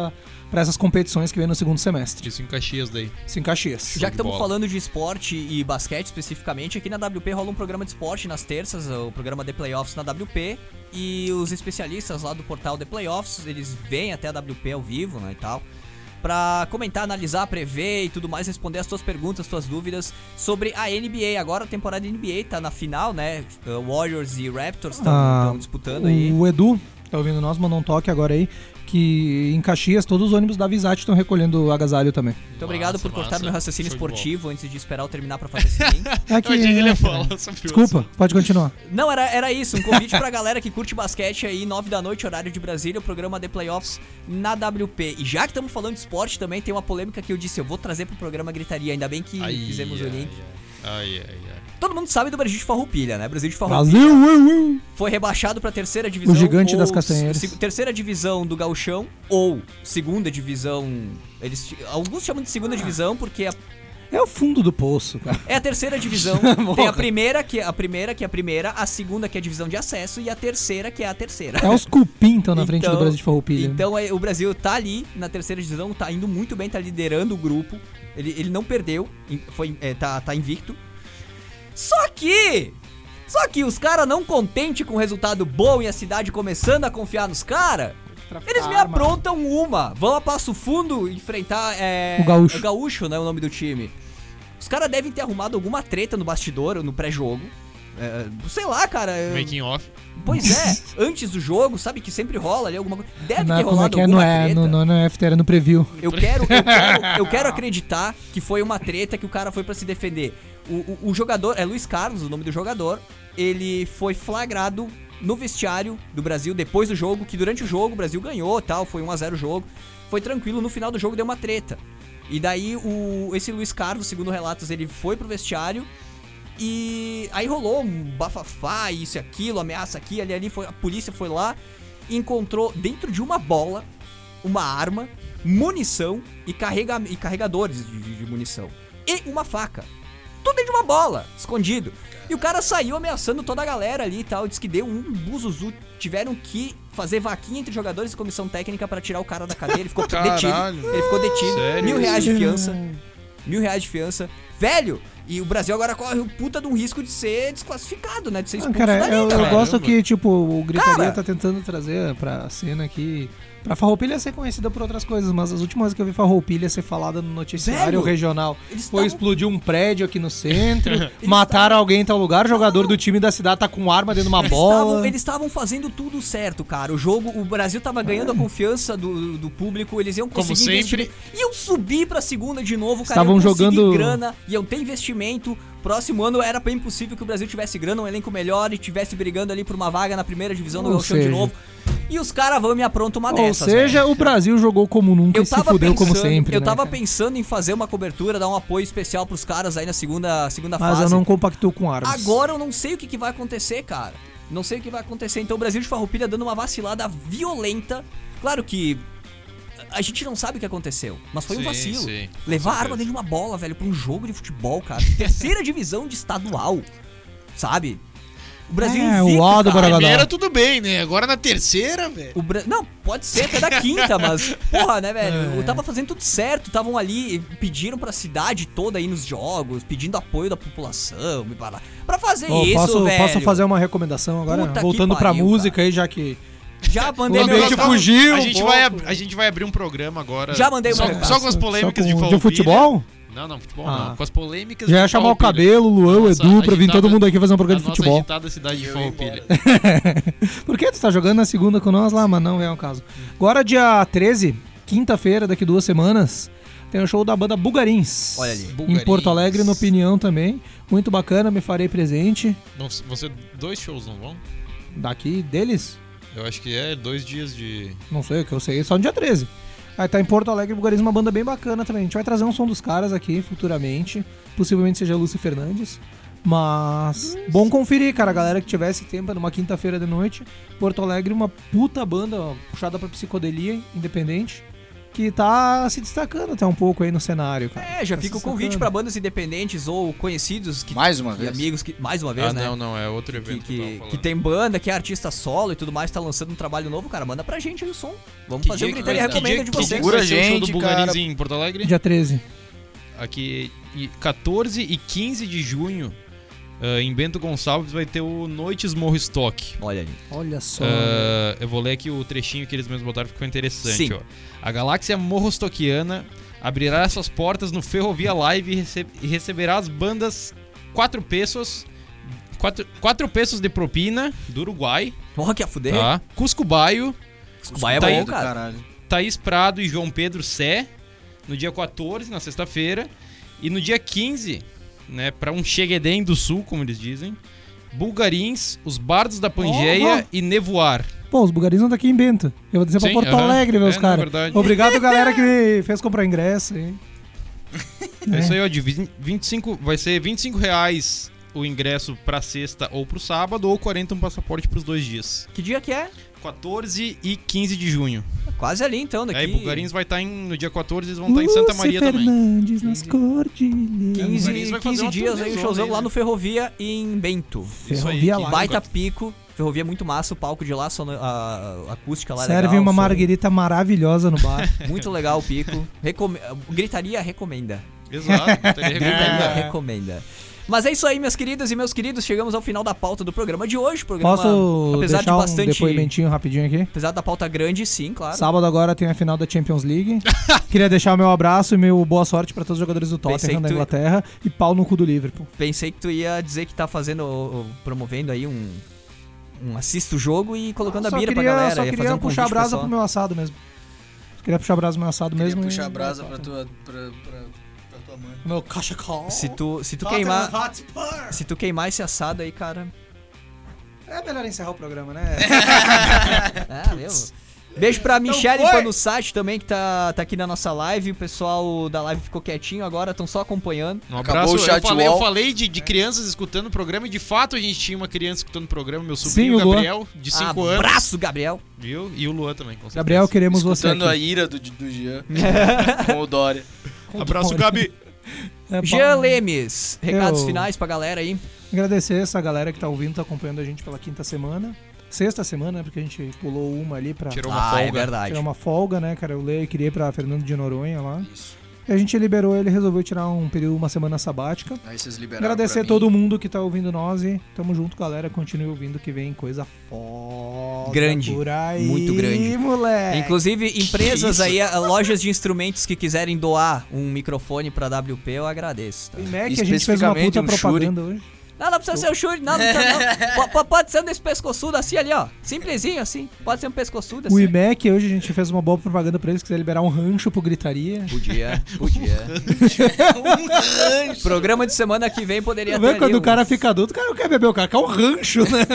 para essas competições que vem no segundo semestre. Isso em Caxias daí. Isso em Caxias. Já que de estamos bola. falando de esporte e basquete especificamente, aqui na W P rola um programa de esporte nas terças, o programa The Playoffs na W P, e os especialistas lá do portal The Playoffs, eles vêm até a W P ao vivo, né, e tal, pra comentar, analisar, prever e tudo mais, responder as tuas perguntas, tuas dúvidas sobre a N B A. Agora a temporada N B A tá na final, né, Warriors e Raptors estão Ah, disputando aí. O Edu, tá ouvindo nós, mandou um toque agora aí, que em Caxias todos os ônibus da Visat estão recolhendo agasalho também. Muito obrigado Massa, por cortar massa. meu raciocínio Show de bola. esportivo antes de esperar eu terminar pra fazer esse link. É que, Eu achei que ele né, ia falar sobre o Desculpa, assunto. pode continuar. Não, era, era isso, um convite pra galera que curte basquete aí, nove da noite, horário de Brasília, o programa The Playoffs na W P. E já que estamos falando de esporte também, tem uma polêmica que eu disse, eu vou trazer pro programa Gritaria, ainda bem que Ai, fizemos ai, o link. Ai, ai, ai. Todo mundo sabe do Brasil de Farroupilha, né? Brasil de Farroupilha Brasil, ui, ui. foi rebaixado pra terceira divisão. O gigante ou das castanheiras. se- Terceira divisão do Gauchão, ou segunda divisão, eles alguns chamam de segunda divisão porque a É o fundo do poço, cara. É a terceira divisão. Tem a primeira, que é a primeira, que é a primeira, a segunda, que é a divisão de acesso, e a terceira, que é a terceira. É os cupim estão na frente Então- do Brasil de Farroupilha. Então é, o Brasil tá ali na terceira divisão, tá indo muito bem, tá liderando o grupo. Ele, ele não perdeu, em- foi, é, tá, tá invicto. Só que. Só que os caras não contentes com o resultado bom e a cidade começando a confiar nos caras. Eles me aprontam uma. Vão a Passo Fundo enfrentar é, O Gaúcho. o Gaúcho, né? O nome do time. Os caras devem ter arrumado alguma treta no bastidor, no pré-jogo. É, sei lá, cara. eu- Making off. Pois é, antes do jogo, sabe que sempre rola ali alguma coisa. Deve Não, ter como é rolado que é? Não alguma é, treta. no, no, no F T, era no preview. Eu quero, eu quero, eu quero acreditar que foi uma treta que o cara foi pra se defender. O, o, o jogador, é Luiz Carlos, o nome do jogador, ele foi flagrado no vestiário do Brasil depois do jogo, que durante o jogo o Brasil ganhou, tal, foi um a zero o jogo. Foi tranquilo, no final do jogo deu uma treta. E daí o, esse Luiz Carlos, segundo relatos, ele foi pro vestiário e aí rolou um bafafá, isso e aquilo, ameaça aqui, ali ali, foi, a polícia foi lá e encontrou dentro de uma bola uma arma, munição e, carrega, e carregadores de, de- de munição. E uma faca. Tudo dentro de uma bola, escondido. E o cara saiu ameaçando toda a galera ali e tal. Diz que deu um buzuzu. Tiveram que fazer vaquinha entre jogadores e comissão técnica pra tirar o cara da cadeia. Ele ficou Caralho. detido. Ele ficou detido. Sério? Mil reais de fiança. Mil reais de fiança. Velho! E o Brasil agora corre um puta de um risco de ser desclassificado, né? De ser Ah, expulso cara, da eu, liga, eu velho. gosto que, tipo, o Gritaria Cara. tá tentando trazer pra cena aqui. Pra Farroupilha ser conhecida por outras coisas, mas as últimas vezes que eu vi Farroupilha ser falada no noticiário Velho, regional eles foi tavam- explodiu um prédio aqui no centro, mataram alguém em tal lugar, o jogador do time da cidade tá com arma dentro de uma Eles bola. tavam- Eles estavam fazendo tudo certo, cara. O jogo, o Brasil tava ganhando a confiança do, do público, eles iam Como conseguir sempre. investir. Iam subir pra segunda de novo, cara. Estavam iam conseguir jogando- grana, iam ter investimento. Próximo ano era bem impossível que o Brasil tivesse grana, um elenco melhor e tivesse brigando ali por uma vaga na primeira divisão do Ou Gauchão de seja- novo. E os caras vão e me aprontam uma Ou dessas, seja, velho. o Brasil jogou como nunca Eu e se tava fudeu pensando, como sempre. eu né, tava cara? pensando em fazer uma cobertura, dar um apoio especial pros caras aí na segunda, segunda Mas fase. eu não compactuo com armas. Agora eu não sei o que, que vai acontecer, cara. Não sei o que vai acontecer. Então o Brasil de Farroupilha dando uma vacilada violenta. Claro que a gente não sabe o que aconteceu, mas foi um Sim, vacilo. sim, com Levar a arma certeza. dentro de uma bola, velho, pra um jogo de futebol, cara. Terceira divisão de estadual, sabe? O Brasil É, invicto, o ó do cara. Borogodó. Primeira tudo bem, né? Agora na terceira, velho. O Bra... Não, pode ser até da quinta, mas, porra, né, velho? É. Eu tava fazendo tudo certo, estavam ali, pediram pra cidade toda aí nos jogos, pedindo apoio da população, pra, pra fazer Ô, isso, posso, velho. posso fazer uma recomendação agora? Puta que Voltando pra pariu, música cara. aí, já que Já mandei O meu ambiente recado. fugiu A um gente, pouco. vai ab- a gente vai abrir um programa agora. Já mandei só, meu recado. só com as polêmicas Só de com- Farroupilha. de futebol? Não, não, futebol Ah. não. Com as polêmicas Já de ia chamar o Farroupilha. Cabelo, o Luan, o Nossa Edu, pra vir agitada- todo mundo aqui fazer um programa a de nossa futebol. agitada cidade de E eu Farroupilha. Por que tu tá jogando na segunda com nós lá, mas não é o caso. Agora, dia treze, quinta-feira, daqui duas semanas, tem o show da banda Bugarins. Olha ali. Em Bugarins. Porto Alegre, no Opinião também. Muito bacana, me farei presente. Não, você dois shows, não vão? Daqui deles, Eu acho que é dois dias de... não sei, o que eu sei, só no dia treze. Aí tá em Porto Alegre, Bugarins, uma banda bem bacana também. A gente vai trazer um som dos caras aqui futuramente. Possivelmente seja Lúcio Fernandes. Mas bom conferir, cara. A galera que tivesse tempo numa quinta-feira de noite. Porto Alegre, uma puta banda ó, puxada pra psicodelia independente. que tá se destacando até um pouco aí no cenário, cara. É, já Tá fica o se convite destacando. pra bandas independentes ou conhecidos que, Mais uma e vez. amigos que mais uma vez, Ah, né? não, não, é outro Que, evento que, eu que, tava falando. que tem banda, que é artista solo e tudo mais, tá lançando um trabalho novo, cara, manda pra gente aí o som. Vamos Que fazer o dia que Gritaria vai- que Recomenda dia- de que dia vocês. que Segura vai ser o show do gente, Bulgarins cara. em Porto Alegre? Dia treze. Aqui, e quatorze e quinze de junho, ah, em Bento Gonçalves, vai ter o Noites Morro Stock. Olha aí. Olha só. Ah, eu vou ler aqui o trechinho que eles mesmos botaram, ficou interessante. Sim. Ó. A galáxia morrostoquiana abrirá suas portas no Ferrovia Live e, rece- e receberá as bandas quatro pesos, quatro, quatro pesos de propina do Uruguai, Porra, que a fuder. tá? Cusco Baio, Vai é Tá bom, aí, do cara. caralho. Thaís Prado e João Pedro Sé, no dia quatorze, na sexta-feira. E no dia quinze, né, para um Cheguedem do Sul, como eles dizem, Bulgarins, os Bardos da Pangeia Uhum. e Nevoar. Pô, os Bulgarins não tá aqui em Bento. Eu vou descer pra Sim, Porto aham. Alegre, meus É, caras. na verdade. Obrigado, galera, que me fez comprar ingresso, hein? É isso aí, ó, de vinte e cinco, vai ser vinte e cinco reais o ingresso pra sexta ou pro sábado, ou quarenta um passaporte pros dois dias. Que dia que é? quatorze e quinze de junho. Quase ali então, daqui. Aí, Bulgarins vai estar no dia quatorze, eles vão estar em Santa Maria também. Fernandes nas cordilheiras. quinze, Bulgarins vai fazer quinze uma dias aí, um turnezona showzão aí, lá né? no Ferrovia em Bento. Isso aí, Ferrovia que lá. Baita pico. Ferrovia é muito massa, o palco de lá, sono- a, a acústica lá é Serve legal. uma som- marguerita maravilhosa no bar. Muito legal o pico. Recome- Gritaria recomenda. Exato, estaria Gritaria recomendado. recomenda. Mas é isso aí, minhas queridas e meus queridos. Chegamos ao final da pauta do programa de hoje. Programa, Posso apesar deixar de bastante. um depoimentinho rapidinho aqui? Apesar da pauta grande, sim, claro. Sábado agora tem a final da Champions League. Queria deixar o meu abraço e meu boa sorte pra todos os jogadores do Pensei Tottenham que da tu- Inglaterra e pau no cu do Liverpool. Pensei que tu ia dizer que tá fazendo, ó, ó, promovendo aí um, um assista o jogo e colocando Eu a só bira queria, pra galera. Só ia queria fazer um puxar a convite brasa pessoal. pro meu assado mesmo. Queria puxar a brasa pro meu assado Queria mesmo. puxar e- a brasa pra tua, pra, pra, pra tua mãe. Meu cachecol. Se tu, se tu Tottenham queimar, Hotspur. se tu queimar esse assado aí, cara. É melhor encerrar o programa, né? Ah, meu. Beijo pra Michelle foi. Panussati também, que tá, tá aqui na nossa live. O pessoal da live ficou quietinho agora, estão só acompanhando. Um Acabou abraço. o chat eu falei, eu wall. falei de, de crianças escutando o programa e de fato a gente tinha uma criança escutando o programa, meu sobrinho Sim, o Luan. Gabriel, de cinco anos. Abraço, Gabriel. Viu? E o Luan também, com certeza. Gabriel, queremos você Escutando a aqui. ira do, do Jean com o Dória. Abraço, Gabi. É, Jean bom. Lemes, recados Eu- finais pra galera aí. Agradecer essa galera que tá ouvindo, tá acompanhando a gente pela quinta semana. Sexta semana, né? Porque a gente pulou uma ali pra Tirou uma Ah, é folga. verdade. tirar uma folga, né, cara? Eu leio e queria ir pra Fernando de Noronha lá. Isso. E a gente liberou ele, resolveu tirar um período, uma semana sabática. Aí vocês liberaram Agradecer pra a mim. todo mundo que tá ouvindo nós e tamo junto, galera. Continue ouvindo que vem coisa foda Grande, por aí, muito grande. moleque. Inclusive, empresas isso? aí, a- lojas de instrumentos que quiserem doar um microfone pra W P, eu agradeço. Tá? O Mac, a gente fez uma Especificamente puta um Shure. propaganda hoje. Não, não precisa ser o Shure, não, não, precisa, não. Po- Pode ser um desse pescoçudo assim ali, ó. Simplesinho assim. Pode ser um pescoçudo O assim. iMac, hoje a gente fez uma boa propaganda pra eles, quiser liberar um rancho pro Gritaria. Podia, podia. Programa de semana que vem poderia Tá ter vendo? ali Quando o uns- cara fica adulto, o cara não quer beber, o cara quer um rancho, né?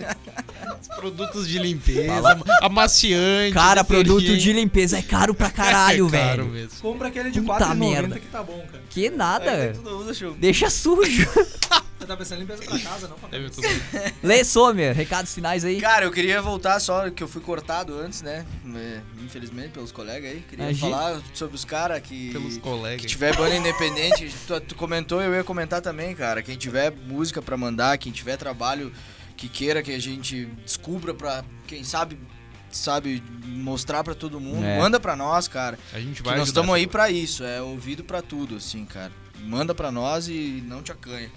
Produtos de limpeza, amaciante. Cara, produto detergente. de limpeza é caro pra caralho, É caro velho. mesmo. Compra aquele de Puta quatro reais e merda. noventa que tá bom, cara. Que nada. É, tu não usa chuva. Deixa sujo. Você tá pensando em limpeza pra casa, não pra Deve tudo. Lê, Sommer, recados finais aí. Cara, eu queria voltar só, que eu fui cortado antes, né? É, infelizmente, pelos colegas aí. Queria Imagina. falar sobre os caras que... Pelos colegas. Que tiver banda independente, tu, tu comentou, eu ia comentar também, cara. Quem tiver música pra mandar, quem tiver trabalho que queira que a gente descubra pra, quem sabe, sabe, mostrar pra todo mundo, É. manda pra nós, cara. A gente Que vai nós ajudar estamos aí essa pra isso, é ouvido pra tudo, assim, cara. Manda pra nós e não te acanha.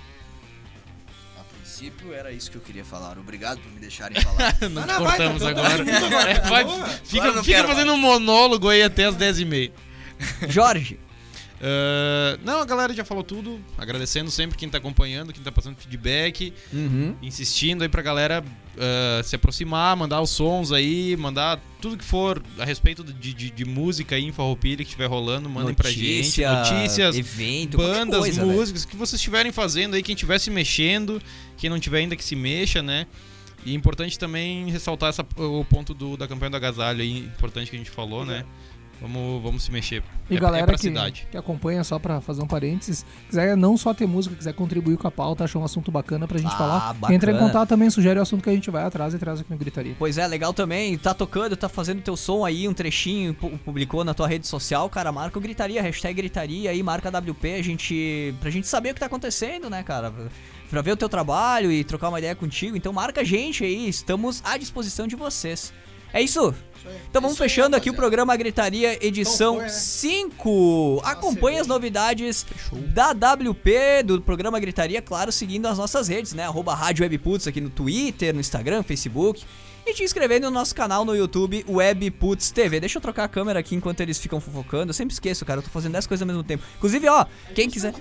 A princípio era isso que eu queria falar. Obrigado por me deixarem falar. coisa. Não, Não, não, vai, cortamos tá- tá- agora. tá- tá- É, tá- vai, tá- fica Agora eu não fica quero fazendo mais. um monólogo aí até as dez e meia. Jorge. Ah, não, a galera já falou tudo. Agradecendo sempre quem tá acompanhando, quem tá passando feedback. Uhum. Insistindo aí pra galera ah, se aproximar, mandar os sons aí, mandar tudo que for a respeito de, de, de música aí em Farroupilha que estiver rolando, mandem pra gente. Notícias, evento, qualquer bandas, coisa, velho. músicas, que vocês estiverem fazendo aí, quem estiver se mexendo, quem não tiver ainda que se mexa, né? E importante também ressaltar essa, o ponto do, da campanha do agasalho aí, importante que a gente falou, né? Vamos, vamos se mexer. E é, galera é pra que, cidade. que acompanha, só pra fazer um parênteses, quiser não só ter música, quiser contribuir com a pauta, achar um assunto bacana pra gente Ah, falar, bacana. entra em contato também, sugere o assunto que a gente vai atrás e traz aqui no Gritaria. Pois é, legal também, tá tocando, tá fazendo teu som aí, um trechinho, pu- publicou na tua rede social, cara, marca o Gritaria, hashtag Gritaria aí, marca W P, a gente, pra gente saber o que tá acontecendo, né, cara, pra ver o teu trabalho e trocar uma ideia contigo, então marca a gente aí, estamos à disposição de vocês. É isso? Então vamos Isso aí, fechando aqui o rapaziada. programa Gritaria edição Então foi, né? cinco. Acompanhe as novidades da W P, do programa Gritaria, claro, seguindo as nossas redes, né? Arroba Rádio Webputs aqui no Twitter, no Instagram, Facebook. E te inscrevendo no nosso canal no YouTube, Webputs T V. Deixa eu trocar a câmera aqui enquanto eles ficam fofocando. Eu sempre esqueço, cara. Eu tô fazendo dez coisas ao mesmo tempo. Inclusive, ó, quem quiser...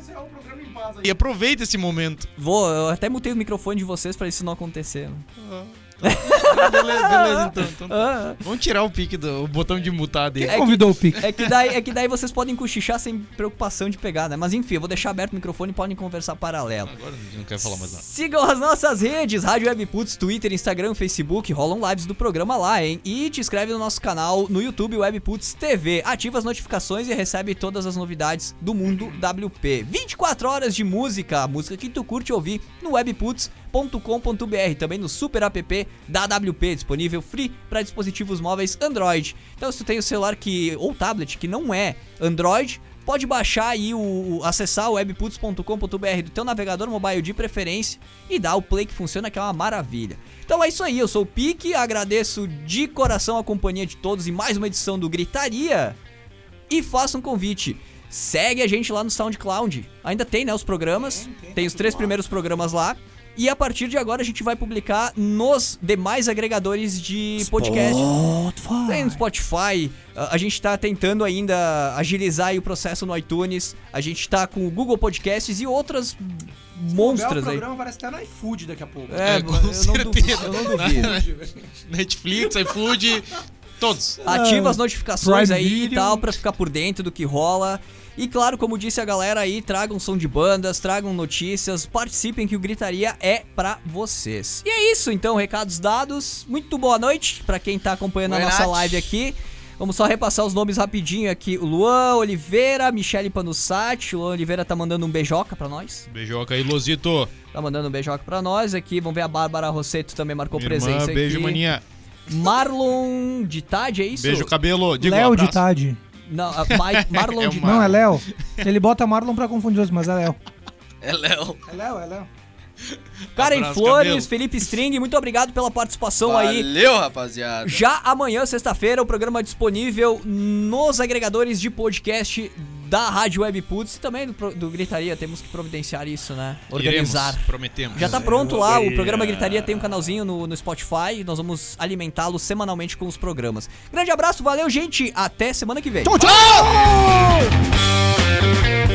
E aproveita esse momento. Vou, eu até mutei o microfone de vocês pra isso não acontecer. né? beleza, beleza, então. então tá. Ah, Vamos tirar o pique do o botão de mutar dele. É que- Convidou o Pique. É que, daí, é que daí vocês podem cochichar sem preocupação de pegar, né? Mas enfim, eu vou deixar aberto o microfone e podem conversar paralelo. Agora não quero falar mais nada. Sigam as nossas redes, Rádio Webputs, Twitter, Instagram, Facebook, rolam lives do programa lá, hein? E te inscreve no nosso canal no YouTube, Webputs T V. Ativa as notificações e recebe todas as novidades do mundo W P. vinte e quatro horas de música, a música que tu curte ouvir no webputs ponto com ponto b r, também no super app da W P, disponível free para dispositivos móveis Android. Então se tu tem o celular que ou tablet que não é Android, pode baixar aí, o, o acessar o webputs ponto com ponto b r do teu navegador mobile de preferência e dar o play que funciona, que é uma maravilha. Então é isso aí, eu sou o Pique, agradeço de coração a companhia de todos em mais uma edição do Gritaria e faço um convite. Segue a gente lá no SoundCloud. Ainda tem, né, os programas. Tem os três primeiros programas lá. E a partir de agora a gente vai publicar nos demais agregadores de podcast. Tem no Spotify. A, a gente tá tentando ainda agilizar aí o processo no iTunes. A gente tá com o Google Podcasts e outras monstras O aí. programa parece até no iFood daqui a pouco. É, É, com eu não certeza. duvido. Eu não duvido. Netflix, iFood, todos. Ativa as notificações Prime aí e Video. tal, pra ficar por dentro do que rola. E claro, como disse a galera aí, tragam som de bandas, tragam notícias, participem que o Gritaria é pra vocês. E é isso, então, recados dados. Muito boa noite pra quem tá acompanhando Boa a nossa noite. live aqui. Vamos só repassar os nomes rapidinho aqui. O Luan Oliveira, Michele Panussati. O Luan Oliveira tá mandando um beijoca pra nós. Beijoca aí, Lozito. Tá mandando um beijoca pra nós aqui. Vamos ver, a Bárbara Rosseto também marcou Minha presença irmã, aqui. beijo, maninha. Marlon de Tade, é isso? Beijo, cabelo. Digo, Léo de abraço. Tade. Não, a Ma- Marlon É de uma- Não, é Léo. Ele bota Marlon pra confundir os, mas é Léo. É Léo. É Léo, é Léo. Karen Abraço, Flores, cabelo. Felipe String, muito obrigado pela participação aí. Valeu, rapaziada. Já amanhã, sexta-feira, o programa disponível nos agregadores de podcast da Rádio Webputs e também do, pro- do Gritaria. Temos que providenciar isso, né? Organizar. Iremos, prometemos. Já tá pronto lá, o programa Gritaria tem um canalzinho no, no Spotify e nós vamos alimentá-lo semanalmente com os programas. Grande abraço, valeu, gente, até semana que vem. Tchau, tchau!